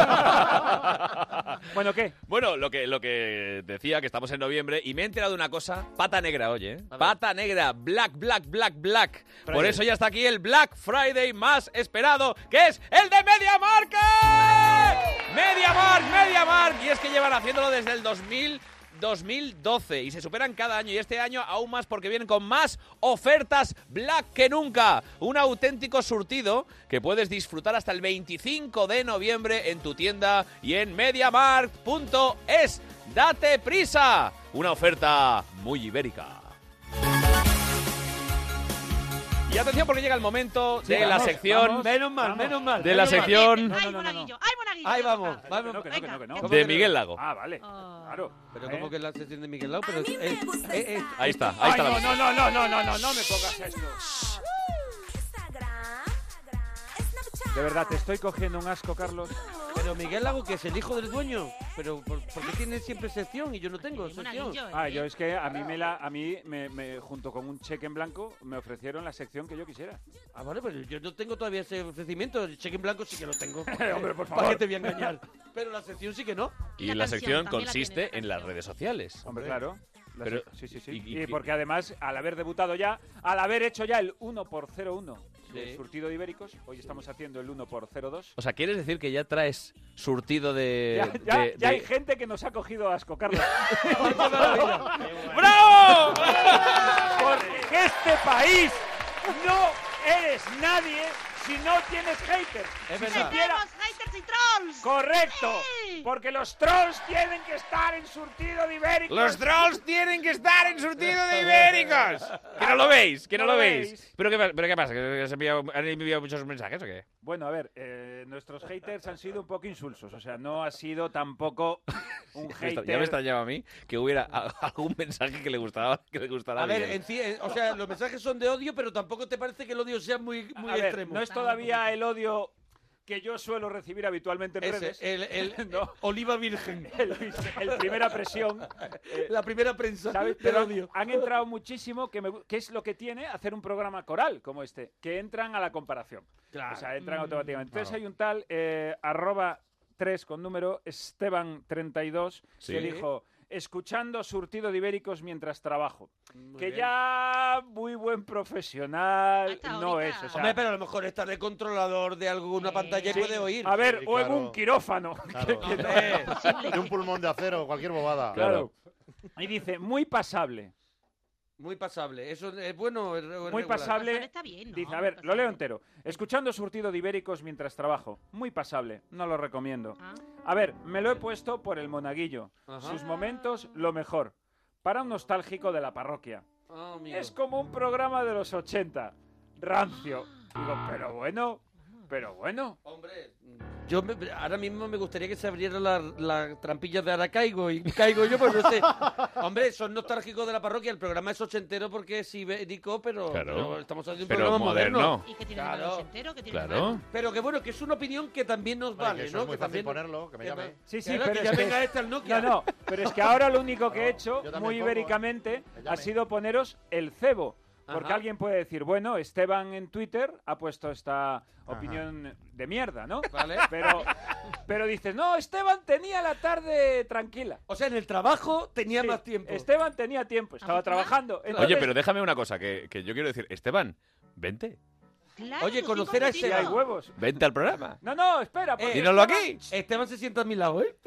Bueno, ¿qué? Bueno, lo que, lo que decía, que estamos en noviembre, y me he enterado de una cosa, pata negra, oye, ¿eh? Pata negra, black, black, black, black. Por Friday. eso ya está aquí el Black Friday más esperado, que es el de MediaMarkt. MediaMarkt, MediaMarkt. Y es que llevan haciéndolo desde el dos mil, dos mil doce y se superan cada año, y este año aún más porque vienen con más ofertas black que nunca. Un auténtico surtido que puedes disfrutar hasta el veinticinco de noviembre en tu tienda y en MediaMarkt punto es. ¡Date prisa! Una oferta muy ibérica. Y atención porque llega el momento Sí, de la vamos, sección... vamos, menos mal, Vamos. menos mal. De la menos mal. sección... ¡Ay, monaguillo! ¡Ay, monaguillo! Ahí vamos, Que vamos. no, que no, que no, que no. ¿Cómo De que no? Miguel Lago. Ah, vale. Claro. Pero ¿Eh? como que la sección de Miguel Lago, pero eh, eh, eh, Ahí está, ahí Ay, está la no, música. no, no, no, no, no, no me pongas esto. De verdad, te estoy cogiendo un asco, Carlos. pero Miguel Lago, que es el hijo del dueño, pero ¿por, por qué tiene siempre sección y yo no tengo Sí, sección? monaguillo, Ah, ¿eh? yo es que a mí me la, a mí me, me- junto con un cheque en blanco me ofrecieron la sección que yo quisiera. Ah, vale, pero yo no tengo todavía ese ofrecimiento. El cheque en blanco sí que lo tengo. Hombre, por ¿Para favor. qué te voy a engañar? Pero la sección sí que no. Y La la canción, sección también la consiste tiene, la en las canción. redes sociales. Hombre, claro. La Pero- sec- sí, sí, sí. y- Y, y- porque además, al haber debutado ya, al haber hecho ya el uno por cero uno del Sí. surtido de ibéricos, hoy estamos haciendo el uno por cero dos. O sea, ¿quieres decir que ya traes surtido de... Ya, ya- de- ya de- hay gente que nos ha cogido asco, Carlos. ¡Bravo! Porque este país no eres nadie si no tienes haters. Es Si verdad. siquiera- ¡Tenemos haters y trolls! Correcto. ¡Sí! Porque los trolls tienen que estar en surtido de ibéricos. ¡Los trolls tienen que estar en surtido de ibéricos! ¿Que no lo veis? ¿Que no, No lo lo veis? veis. ¿Pero qué, pa- pero qué pasa? ¿Que se envía- ¿Han enviado muchos mensajes o qué? Bueno, a ver, eh, nuestros haters han sido un poco insulsos. O sea, no ha sido tampoco un Ya me extra- hater. Ya me extrañaba a mí que hubiera a- algún mensaje que le gustaba que le gustara A ver, Miguel. en sí, eh, o sea, los mensajes son de odio, pero tampoco te parece que el odio sea muy, muy A ver, extremo. no es todavía el odio que yo suelo recibir habitualmente en Ese, redes. el, el- No. oliva virgen. El, el primera presión. eh, La primera prensa ¿sabes? del Pero odio. han entrado muchísimo, que, me gu- que es lo que tiene hacer un programa coral como este, que entran a la comparación. Claro. O sea, entran Mm, automáticamente. Entonces claro. hay un tal, eh, arroba tres con número, Esteban treinta y dos, Sí. que dijo, escuchando surtido de ibéricos mientras trabajo. Muy que bien. ya muy buen profesional Hasta no ahorita. es. O sea, Hombre, pero a lo mejor está de controlador de alguna Sí. pantalla y Sí. puede oír. a ver, Sí, o en claro. un quirófano. Claro. que- que no- Eh, De un pulmón de acero, cualquier bobada. claro. Y dice, muy pasable. muy pasable. ¿Eso es bueno o es re- o es Muy regular? pasable. Pasable está bien, ¿no? Dice, a Muy ver, lo pasable. leo entero. Escuchando surtido de ibéricos mientras trabajo. Muy pasable, no lo recomiendo. Ah. A ver, me lo he puesto por el monaguillo. Ajá. Sus momentos, lo mejor. Para un nostálgico de la parroquia. Ah, amigo. Es como un programa de los ochenta. Rancio. Digo, pero bueno, pero bueno. Hombre, Yo me- ahora mismo me gustaría que se abriera la, la trampilla de ahora caigo y caigo yo, pues no sé. Hombre, son nostálgicos de la parroquia. El programa es ochentero porque es ibérico, pero, Claro. pero estamos haciendo un Pero programa moderno. moderno. ¿Y qué tiene de malo Claro. ochentero? ¿Qué tiene de Claro. malo? Pero que bueno, que es una opinión que también nos Oye, vale, que eso ¿no? es muy que fácil también ponerlo, que me llame. Sí, sí, Claro, pero que es ya que venga es- este al Nokia. No, no, pero es que ahora lo único que he hecho, yo también muy pongo, ¿eh? ibéricamente, Que ha llame. sido poneros el cebo. Porque Ajá. alguien puede decir, bueno, Esteban en Twitter ha puesto esta opinión de mierda, ¿no? Vale. Pero, pero dices, no, Esteban tenía la tarde tranquila. O sea, en el trabajo tenía Sí, más tiempo. Esteban tenía tiempo, estaba ¿Ah, trabajando. Oye, Entonces, pero déjame una cosa, que, que yo quiero decir, Esteban, vente. Claro, Oye, tú conocer sí, a como ese si hay tío. huevos. Vente al programa. No, no, espera. porque Dínoslo Esteban- aquí. Esteban se sienta a mi lado, ¿eh?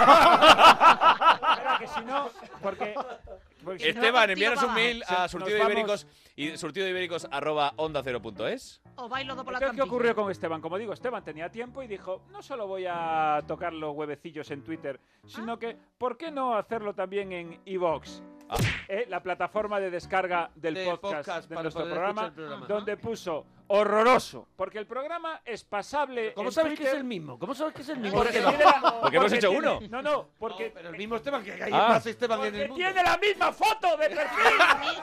Espera, que si no, porque... porque si no- Esteban, contigo envíanos un va mail Se- a nos surtido de vamos- ibéricos y surtido de ibéricos arroba onda cero punto es. O bailo dos por la Entonces, ¿qué trampilla. ocurrió con Esteban? Como digo, Esteban tenía tiempo y dijo, no solo voy a tocar los huevecillos en Twitter, sino que, ¿por qué no hacerlo también en iVoox? Ah. Eh, la plataforma de descarga del De podcast, podcast de para nuestro poder programa, escuchar el programa. donde puso horroroso, porque el programa es pasable ¿Cómo en sabes que Twitter, es el mismo? ¿Cómo sabes que es el mismo? Porque, Esteban? tiene la- Porque hemos hecho tiene- uno. No, no, porque, Pero el mismo Esteban, que hay Ah. más Esteban en porque el mundo. tiene la misma foto de perfil.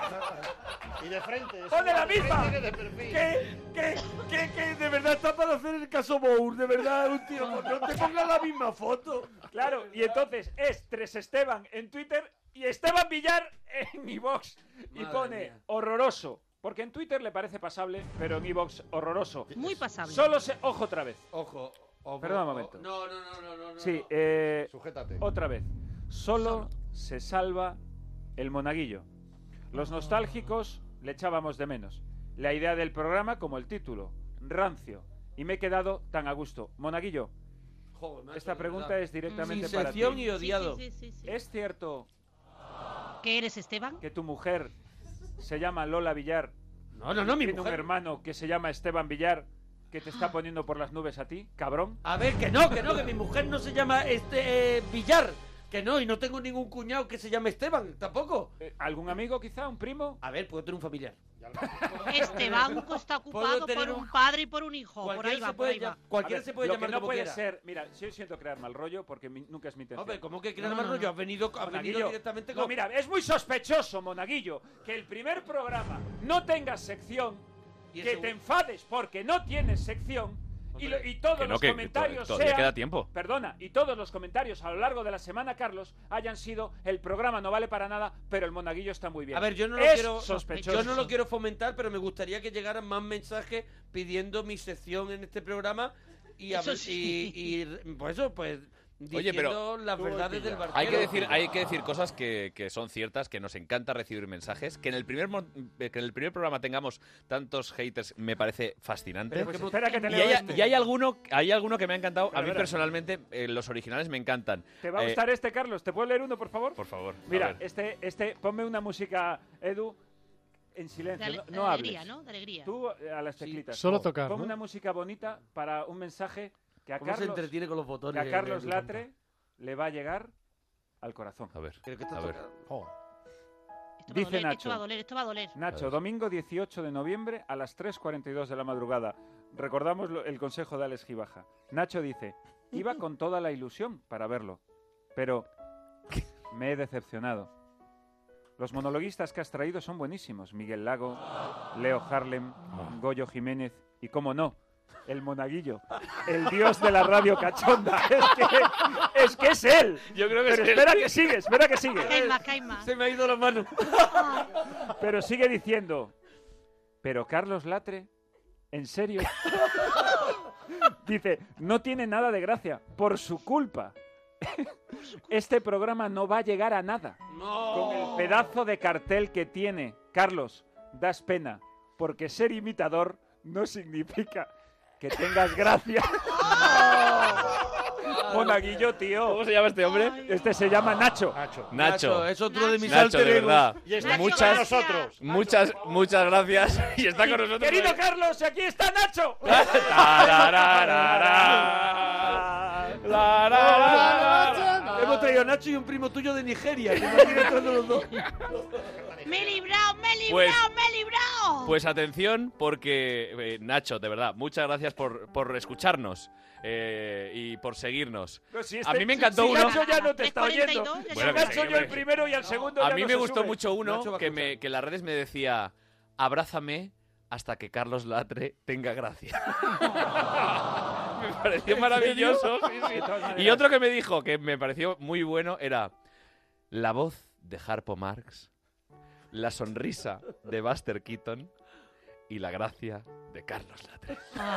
Y de frente. es ¡Pone la igual, de misma! frente que de perfil. ¿Qué? ¿Qué? ¿Qué? ¿Qué? De verdad está para hacer el caso Moore, de verdad, un tío. No te pongas la misma foto. Claro, y entonces es tres Esteban en Twitter y Esteban Villar en iVoox. Y Madre pone mía. horroroso. Porque en Twitter le parece pasable, pero en iVoox horroroso. Muy pasable. Solo se... Ojo otra vez. Ojo. ojo Perdón un ojo. momento. No, no, no, no, no. no, Sí, no. eh, Sujétate. otra vez. Solo se salva el monaguillo. Los nostálgicos le echábamos de menos. La idea del programa como el título. Rancio. Y me he quedado tan a gusto. Monaguillo, Joder, macho, esta de pregunta verdad. es directamente Sin para ti. sección y Sí, odiado. sí, sí, sí, sí. ¿Es cierto ¿Qué eres, Esteban? que tu mujer se llama Lola Villar? No, no, no, mi Tiene un mujer. hermano que se llama Esteban Villar que te está poniendo por las nubes a ti, cabrón. A ver, que no, que no, que mi mujer no se llama este eh, Villar. Que no, y no tengo ningún cuñado que se llame Esteban, tampoco. Eh, ¿Algún amigo quizá? ¿Un primo? A ver, puedo tener un familiar. Este banco está ocupado tener por un- un padre y por un hijo. Por Cualquiera ahí va, se por puede ahí va. llam- cualquiera A ver, se puede lo llamar que no como puede quiera. ser, mira, yo siento crear mal rollo porque mi- nunca es mi intención. Hombre, ¿cómo que crear No, mal no, rollo? no. Has venido, has venido Monaguillo, directamente no, con... mira, es muy sospechoso, Monaguillo, que el primer programa no tengas sección, Y el que segundo- te enfades porque no tienes sección y, lo- y todos Que no, los que- que comentarios to- todavía sean, queda tiempo. perdona, y todos los comentarios a lo largo de la semana, Carlos, hayan sido el programa no vale para nada, pero el Monaguillo está muy bien. A ver, yo no lo Es quiero sospechoso. yo no lo quiero fomentar, pero me gustaría que llegaran más mensajes pidiendo mi sección en este programa y, a Eso ver- sí. y, y, pues eso, pues Oye, diciendo pero las verdades del barquero. Hay que decir, hay que decir cosas que, que son ciertas, que nos encanta recibir mensajes, que en el primer mo- que en el primer programa tengamos tantos haters me parece fascinante. Pues espera que te y, leo hay, este. y hay alguno, hay alguno que me ha encantado. Espera, a mí espera. personalmente eh, los originales me encantan. ¿Te va a Eh, gustar este, Carlos? ¿Te puedo leer uno, por favor? Por favor. a Mira, ver. este, este, ponme una música, Edu, en De, silencio, ale- no, de no alegría, hables. ¿no? De alegría. Tú eh, a las teclitas. Solo Pon- tocar, Pon ¿no? una música bonita para un mensaje que a ¿Cómo se Carlos, entretiene con los que botones? a Carlos eh, Latre le va a llegar al corazón. A ver. Pero que está A ver. tocando. Esto va a Dice doler, Nacho. esto va a doler, esto va a doler. Nacho, domingo dieciocho de noviembre a las tres cuarenta y dos de la madrugada. Recordamos lo- el consejo de Alex Gibaja. Nacho dice, iba con toda la ilusión para verlo, pero me he decepcionado. Los monologuistas que has traído son buenísimos. Miguel Lago, Leo Harlem, Goyo Jiménez y, cómo no, el Monaguillo, el dios de la radio cachonda. Es que es, que es él. Yo creo que Pero es él. espera que sigue, espera que sigue. Que hay más, que hay más. Se me ha ido la mano. Pero sigue diciendo, pero Carlos Latre, ¿en serio? Dice, no tiene nada de gracia, por su culpa. Este programa no va a llegar a nada. No. Con el pedazo de cartel que tiene. Carlos, das pena, porque ser imitador no significa que tengas gracia. Monaguillo, tío. ¿Cómo se llama este hombre? Este se llama Nacho. Nacho. Nacho. Es otro de mis Nacho, alter de egos. verdad. Y está Nacho, muchas gracias. nosotros. Muchas, muchas gracias. Y está con nosotros. Querido Carlos, aquí está Nacho. Tarararara. La, la, la, la. Hemos traído a Nacho y un primo tuyo de Nigeria. Que no quiere entrando los dos. Me he librado, me he librado, Pues- me he librado. ¡No! Pues atención, porque eh, Nacho, de verdad, muchas gracias por, por escucharnos eh, y por seguirnos. No, si a este- mí me si- encantó si uno. Nacho ya no te está oyendo. cuarenta y dos, Si Bueno, que Nacho sí, oyó el hombre. primero y al segundo A ya mí no me se gustó sube. mucho uno Nacho va a que, me, que en las redes me decía, abrázame hasta que Carlos Latre tenga gracia. Me pareció maravilloso. sí, sí. De todas Y maneras. otro que me dijo, que me pareció muy bueno, era la voz de Harpo Marx, la sonrisa de Buster Keaton y la gracia de Carlos Latre.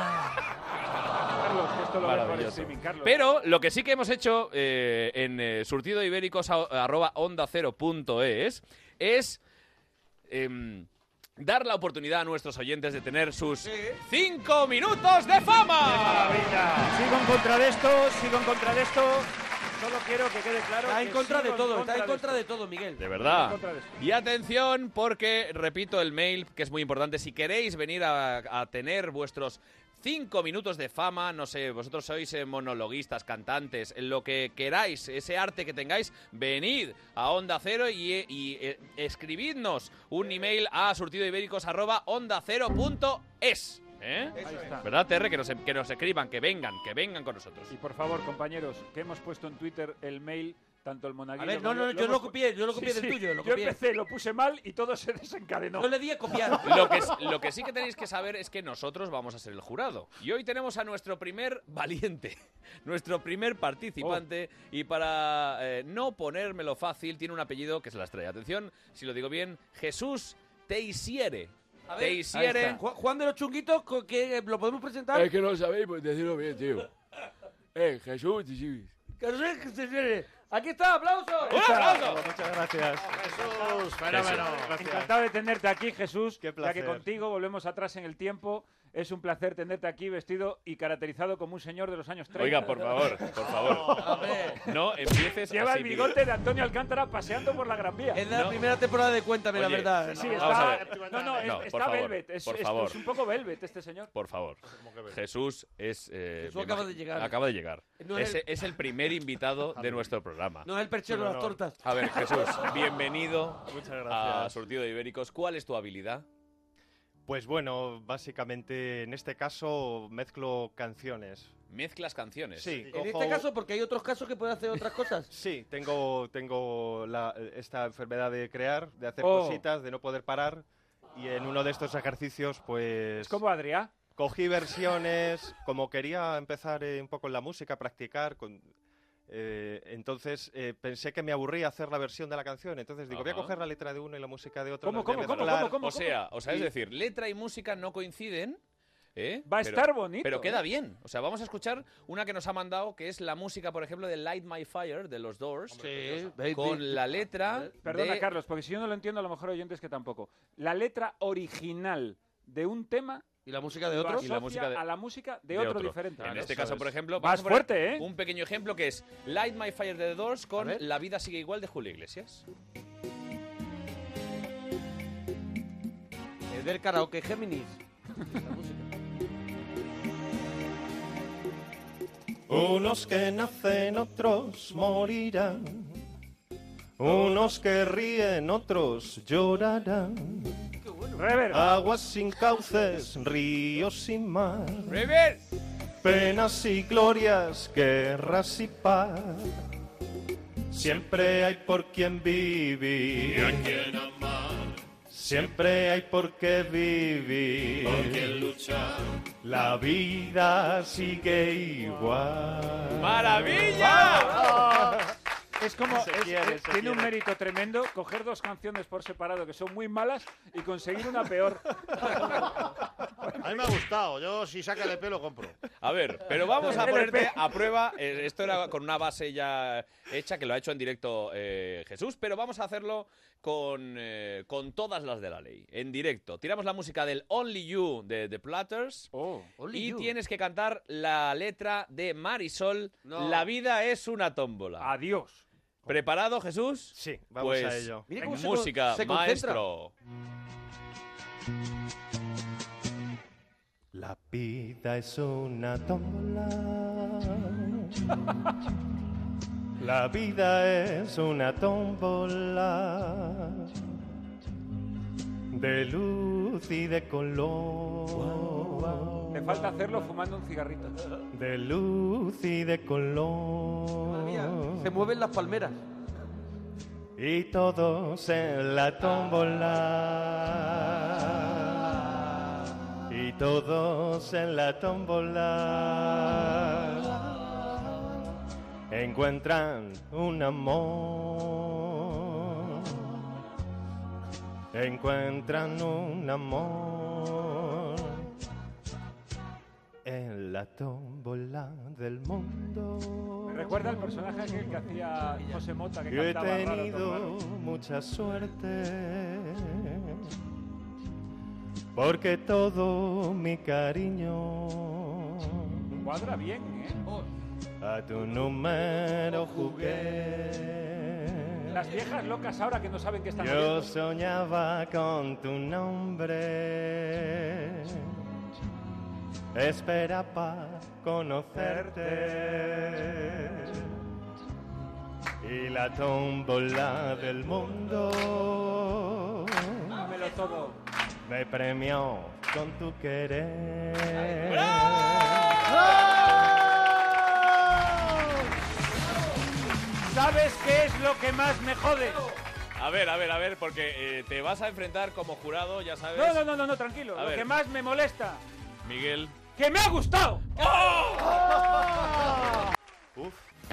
Carlos, que esto lo ves por Maravilloso. streaming, Carlos. Pero lo que sí que hemos hecho eh, en eh, surtidoibéricos arroba onda cero punto es es em, dar la oportunidad a nuestros oyentes de tener sus cinco minutos de fama. Sigo en contra de esto, sigo en contra de esto. Solo quiero que quede claro Está en que contra de sigo todo, está en de contra esto. de todo, Miguel. De verdad. En contra de esto. Y atención, porque repito el mail, que es muy importante. Si queréis venir a, a tener vuestros cinco minutos de fama, no sé, vosotros sois eh, monologuistas, cantantes, lo que queráis, ese arte que tengáis, venid a Onda Cero y, y eh, escribidnos un email a surtidoibéricos arroba onda cero punto es. ¿Eh? Ahí está. ¿Verdad, Terre? Que nos, que nos escriban, que vengan, que vengan con nosotros. Y por favor, compañeros, que hemos puesto en Twitter el mail, tanto el monaguillo... A ver, no, como no, lo yo hemos lo pu- copié, yo lo copié Sí, del sí, tuyo, lo Yo copié. empecé, lo puse mal y todo se desencadenó. No le di a copiar. Lo que, lo que sí que tenéis que saber es que nosotros vamos a ser el jurado. Y hoy tenemos a nuestro primer valiente, nuestro primer participante. Oh. Y para eh, no ponérmelo fácil, tiene un apellido que se las trae. Atención, si lo digo bien, Jesús Teixiere. A ver, Teixiere. Ju- Juan de los Chunguitos, co- que ¿lo podemos presentar? Es que no sabéis pues, decirlo bien, tío. Eh, Jesús, sí, sí. Que no sé qué se viene. Aquí está, aplauso. ¡Un aplauso! Muchas gracias. Jesús, fenómeno. Encantado de tenerte aquí, Jesús. Qué Ya que placer. contigo volvemos atrás en el tiempo. Es un placer tenerte aquí vestido y caracterizado como un señor de los años treinta. Oiga, por favor, por favor. No empieces Lleva así, el Miguel. bigote de Antonio Alcántara paseando por la Gran Vía. Es la No. primera temporada de Cuéntame la Oye, verdad. Sí, Vamos a está, ver. no, no, es- No, por está favor, Velvet. Es, por es- favor. es un poco Velvet este señor. Por favor. Jesús es... eh, Jesús me acaba imag- de llegar. Acaba de llegar. No es es, el- es el primer invitado de nuestro programa. No es el perchero de las tortas. A ver, Jesús, bienvenido Muchas a gracias. Surtido de Ibéricos. ¿Cuál es tu habilidad? Pues bueno, básicamente en este caso mezclo canciones. Mezclas canciones. Sí, En cojo- este caso, porque hay otros casos que pueden hacer otras cosas. Sí, tengo, tengo la- esta enfermedad de crear, de hacer Oh. cositas, de no poder parar. Y en uno de estos ejercicios, pues... Es como Adrián. Cogí versiones, como quería empezar eh, un poco en la música, practicar, con, eh, entonces eh, pensé que me aburría hacer la versión de la canción, entonces digo, voy a Ajá. coger la letra de uno y la música de otro. ¿Cómo, las voy a cómo, cómo, mezclar. cómo, cómo? O sea, o sea, es Y- decir, letra y música no coinciden. ¿eh? Va a Pero- estar bonito. Pero queda ¿eh? bien. O sea, vamos a escuchar una que nos ha mandado, que es la música, por ejemplo, de Light My Fire, de los Doors. Sí, baby. Con la letra Perdona, de- Carlos, porque si yo no lo entiendo, a lo mejor hay oyentes que tampoco. La letra original de un tema ¿Y la música de lo otro? Y la asocia música de- a la música de, de otro, otro. diferente. En Claro, este eso caso, es. por ejemplo, Más vamos a poner fuerte, ¿eh? un pequeño ejemplo que es Light My Fire de The Doors con A ver. La vida sigue igual de Julio Iglesias. Es del karaoke Géminis. La música. Unos que nacen, otros morirán. Unos que ríen, otros llorarán. Rever. Aguas sin cauces, ríos sin mar. ¡Rever! Penas y glorias, guerras y paz. Siempre hay por quien vivir. Y a quien amar. Siempre hay por qué vivir. Por quien luchar. La vida sigue igual. ¡Maravilla! Es como, Se es- quiere, es- se tiene un quiere. mérito tremendo coger dos canciones por separado que son muy malas y conseguir una peor. A mí me ha gustado. Yo, si saca el pelo, compro. A ver, pero vamos a L P. ponerte a prueba. Eh, esto era con una base ya hecha, que lo ha hecho en directo eh, Jesús, pero vamos a hacerlo con, eh, con todas las de la ley, en directo. Tiramos la música del Only You de The Platters Oh, Only y You. tienes que cantar la letra de Marisol, No. La vida es una tómbola. adiós. ¿Preparado, Jesús? Sí, vamos Pues, a ello. Mira cómo se con- música, se concentra. maestro. La vida es una tómbola. La vida es una tómbola de luz luz y de color. Le falta hacerlo fumando un cigarrito. De luz y de color. Se mueven las palmeras. Y todos en la tómbola. Y todos en la tómbola. Encuentran un amor. Encuentran un amor. En la tómbola del mundo. Me recuerda el personaje aquel que hacía José Mota, que Yo he cantaba raro, tenido raro. mucha suerte, porque todo mi cariño Cuadra bien, ¿eh? a tu número jugué. Las viejas locas ahora que no saben qué están Yo haciendo. soñaba con tu nombre. Espera para conocerte. Y la tómbola del mundo Dámelo todo. me premió con tu querer. ¿Sabes qué es lo que más me jode? A ver, a ver, a ver, porque eh, te vas a enfrentar como jurado, ya sabes. No, no, no, no, no, tranquilo. A Lo ver. que más me molesta, Miguel. ¡que me ha gustado! Uf.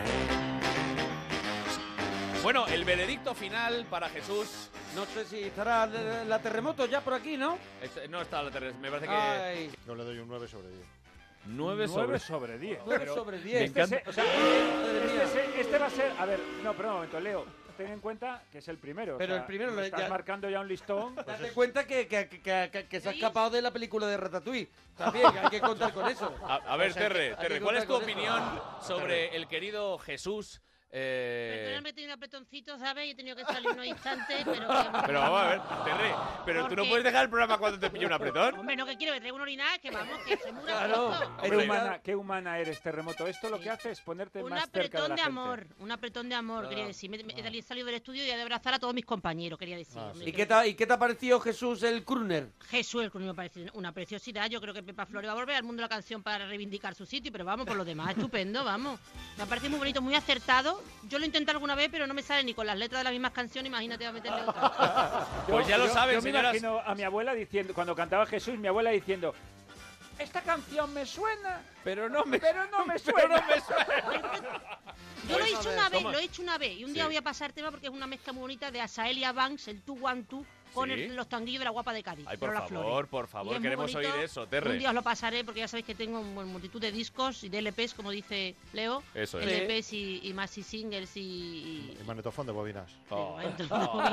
Bueno, el veredicto final para Jesús. No sé si estará la, la terremoto ya por aquí, ¿no? Este- no está la terrestre, me parece que. Ay. Yo le doy un nueve sobre diez. nueve nueve sobre. sobre diez. nueve Pero sobre Me diez. Este, encanta. se- o sea, Madre este, mía. se- este va a ser... A ver, no, pero un momento, Leo. Ten en cuenta que es el primero. o Pero sea, el primero lo- estás ya- marcando ya un listón. pues Date es- cuenta que, que, que, que- que se ha escapado de la película de Ratatouille. También, hay que contar con eso. A, a ver, O sea, Terre, hay que Terre, ¿cuál es tu contar con eso. opinión sobre el querido Jesús? Eh, Perdóname, he tenido un apretoncito, ¿sabes? Y he tenido que salir unos instantes, pero... que- Pero vamos a ver, Terre, pero tú no Porque- puedes dejar el programa cuando te pille un apretón. Hombre, no que quiero, que traigo un orinal, que vamos, que soy muy Claro. gracioso. Qué Hombre, humana, qué humana eres, Terremoto. Esto lo que hace es ponerte Un más cerca de apretón la de, gente. amor, un apretón de amor, quería decir. Me, me- he salido del estudio y he de abrazar a todos mis compañeros, quería decir. Hombre, ¿Y que- qué, te, ha- ¿Y qué te ha parecido Jesús el crooner? Jesús, el Cruz me parece una preciosidad. Yo creo que Pepa Flores va a volver al mundo de la canción para reivindicar su sitio, pero vamos, por lo demás, estupendo, vamos. Me parece muy bonito, muy acertado. Yo lo intenté alguna vez, pero no me sale ni con las letras de las mismas canciones, imagínate, va a meterle otra. Pues ya lo yo, saben, yo me señoras. imagino a mi abuela diciendo, cuando cantaba Jesús, mi abuela diciendo, esta canción me suena, pero no me, pero no me pero suena. no me suena. Yo lo he Pues, hecho una vez, toma. lo he hecho una vez. Y un día Sí. voy a pasar tema porque es una mezcla muy bonita de Asaelia Banks, el Two One Two, con Sí. el- los tanguillos de la guapa de Cádiz. Ay, por Lola favor, Flores. por Y favor, es muy queremos bonito. oír eso, Terre. Un día os lo pasaré porque ya sabéis que tengo bueno, multitud de discos y de L Pes, como dice Leo. Eso es. L Pes y, y más y singles y... y- Y magnetofón de bobinas. Oh. y-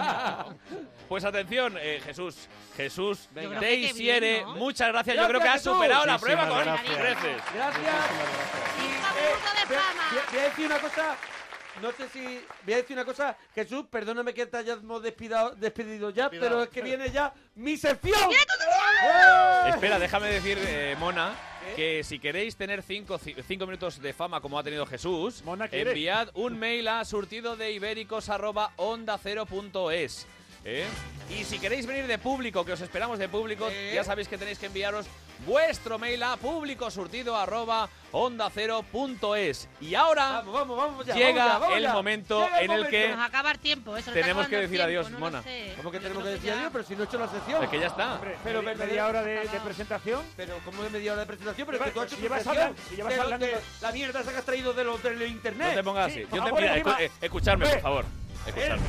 Pues atención, eh, Jesús. Jesús Yo creo que de qué Isiere, bien, ¿no? muchas gracias. Yo Gracias, creo que has Jesús. superado la Muchísimas prueba con gracias. creces. Gracias. Y, eh, voy, voy- voy a decir una cosa. No sé si. Voy a decir una cosa. Jesús, perdóname que te hayamos despidado- despedido ya, Despidado. pero es que viene ya mi sección. Espera, déjame decir, eh, Mona, que si queréis tener cinco, ci- cinco minutos de fama como ha tenido Jesús, Mona quiere. enviad un mail a surtido de ibéricos arroba onda cero punto es. ¿eh? Y si queréis venir de público, que os esperamos de público, ¿Eh? ya sabéis que tenéis que enviaros vuestro mail a públicosurtido arroba onda cero punto es. Y ahora Vamos, vamos, vamos ya. llega vamos ya, vamos el ya. momento Llega en el que Nos acaba el tiempo, eso. nos está tenemos que acabando el decir adiós, tiempo, no lo Mona. sé. ¿Cómo que Yo tenemos que creo decir ya- adiós? Pero si no he hecho la sección. es que ya está. Hombre, Pero media, me- media hora de, de presentación. Pero ¿cómo es media hora de presentación? Pero es que tú has hecho Si llevas presentación hablando- si llevas de- hablando de de- la mierda esa que has traído de los del internet. No te pongas Sí, así. por Yo te, favor, mira, encima- escu- eh, escuchadme, por Eh. favor. Escuchadme.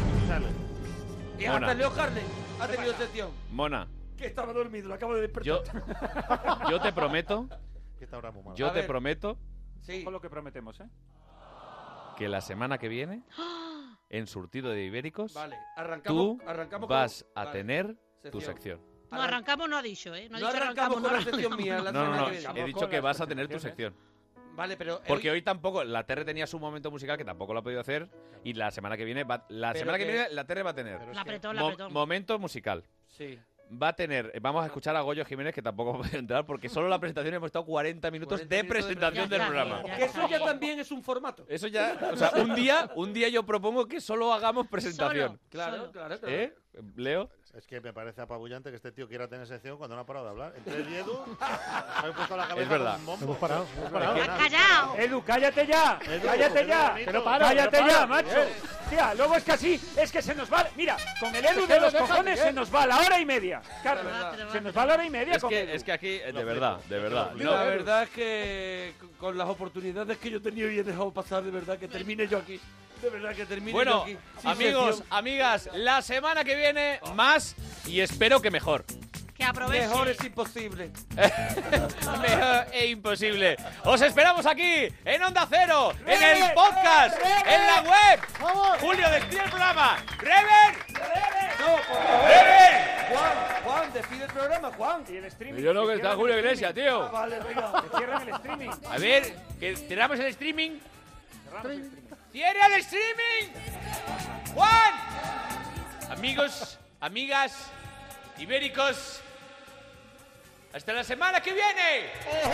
Y Mona. hasta Leo Harley ha tenido sección. Mona, Que estaba dormido, lo acabo de despertar. yo, yo te prometo, Que esta hora es muy mala. yo A te ver. prometo Sí. Con lo que prometemos, ¿eh? que la semana que viene, en Surtido de Ibéricos, Vale, arrancamos, tú arrancamos vas con- a vale. tener tu Sección. sección. No, arrancamos no ha dicho, ¿eh? No, ha No dicho arrancamos con la no sección mía. La No, no, semana no, que viene. he dicho con que las vas a tener tu presentaciones. sección. Vale, pero. Porque el- hoy tampoco, la Terre tenía su momento musical que tampoco lo ha podido hacer y la semana que viene, va, la Pero semana que que- viene la Terre va a tener Pero es La que- apretó, la mo- apretó. momento musical. Sí. Va a tener, vamos a escuchar a Goyo Jiménez, que tampoco puede entrar, porque solo la presentación hemos estado cuarenta minutos cuarenta de minutos de presentación Ya del está programa. bien, ya Que está eso ya bien. también es un formato. Eso ya, o sea, un día, un día yo propongo que solo hagamos presentación. Solo. Claro, Solo. claro, claro. ¿Eh? Leo. Es que me parece apabullante que este tío quiera tener sección cuando no ha parado de hablar. Entre él y Edu, me he puesto la cabeza Es verdad. con un bombo. Hemos parado, hemos parado. Es que ¡Has nada. callado! Edu, cállate ya, Edu, cállate Edu, ya, bonito. Que no paro, cállate que no ya, paro. macho. Bien. Tía, luego es que así, es que se nos va, mira, con el Edu Es que de lo los deja cojones bien. se nos va la hora y media. Carlos, verdad. se nos va la hora y media Es con que, Edu. es que aquí, eh, de Lo verdad, flipo. de verdad. Lo No, La verdad es que c- con las oportunidades que yo he tenido y he dejado pasar, de verdad que termine yo aquí. De verdad que termine yo Bueno, aquí. sin amigos, sección. amigas, la semana que viene más y espero que mejor. Que aproveche. Mejor es imposible. Mejor e imposible. Os esperamos aquí, en Onda Cero, en el podcast, en la web. Julio, despide el programa. ¡Rever! No, por favor. ¡Rever! Juan, Juan, despide el programa, Juan. Y el streaming. Y yo no, que está cierran Julio el Iglesias, streaming. tío. Ah, vale, venga. Que cierran el streaming. A ver, que cerramos el streaming. Cerramos el streaming. ¡Cierra el streaming! ¡Juan! Amigos, amigas, ibéricos, hasta la semana que viene.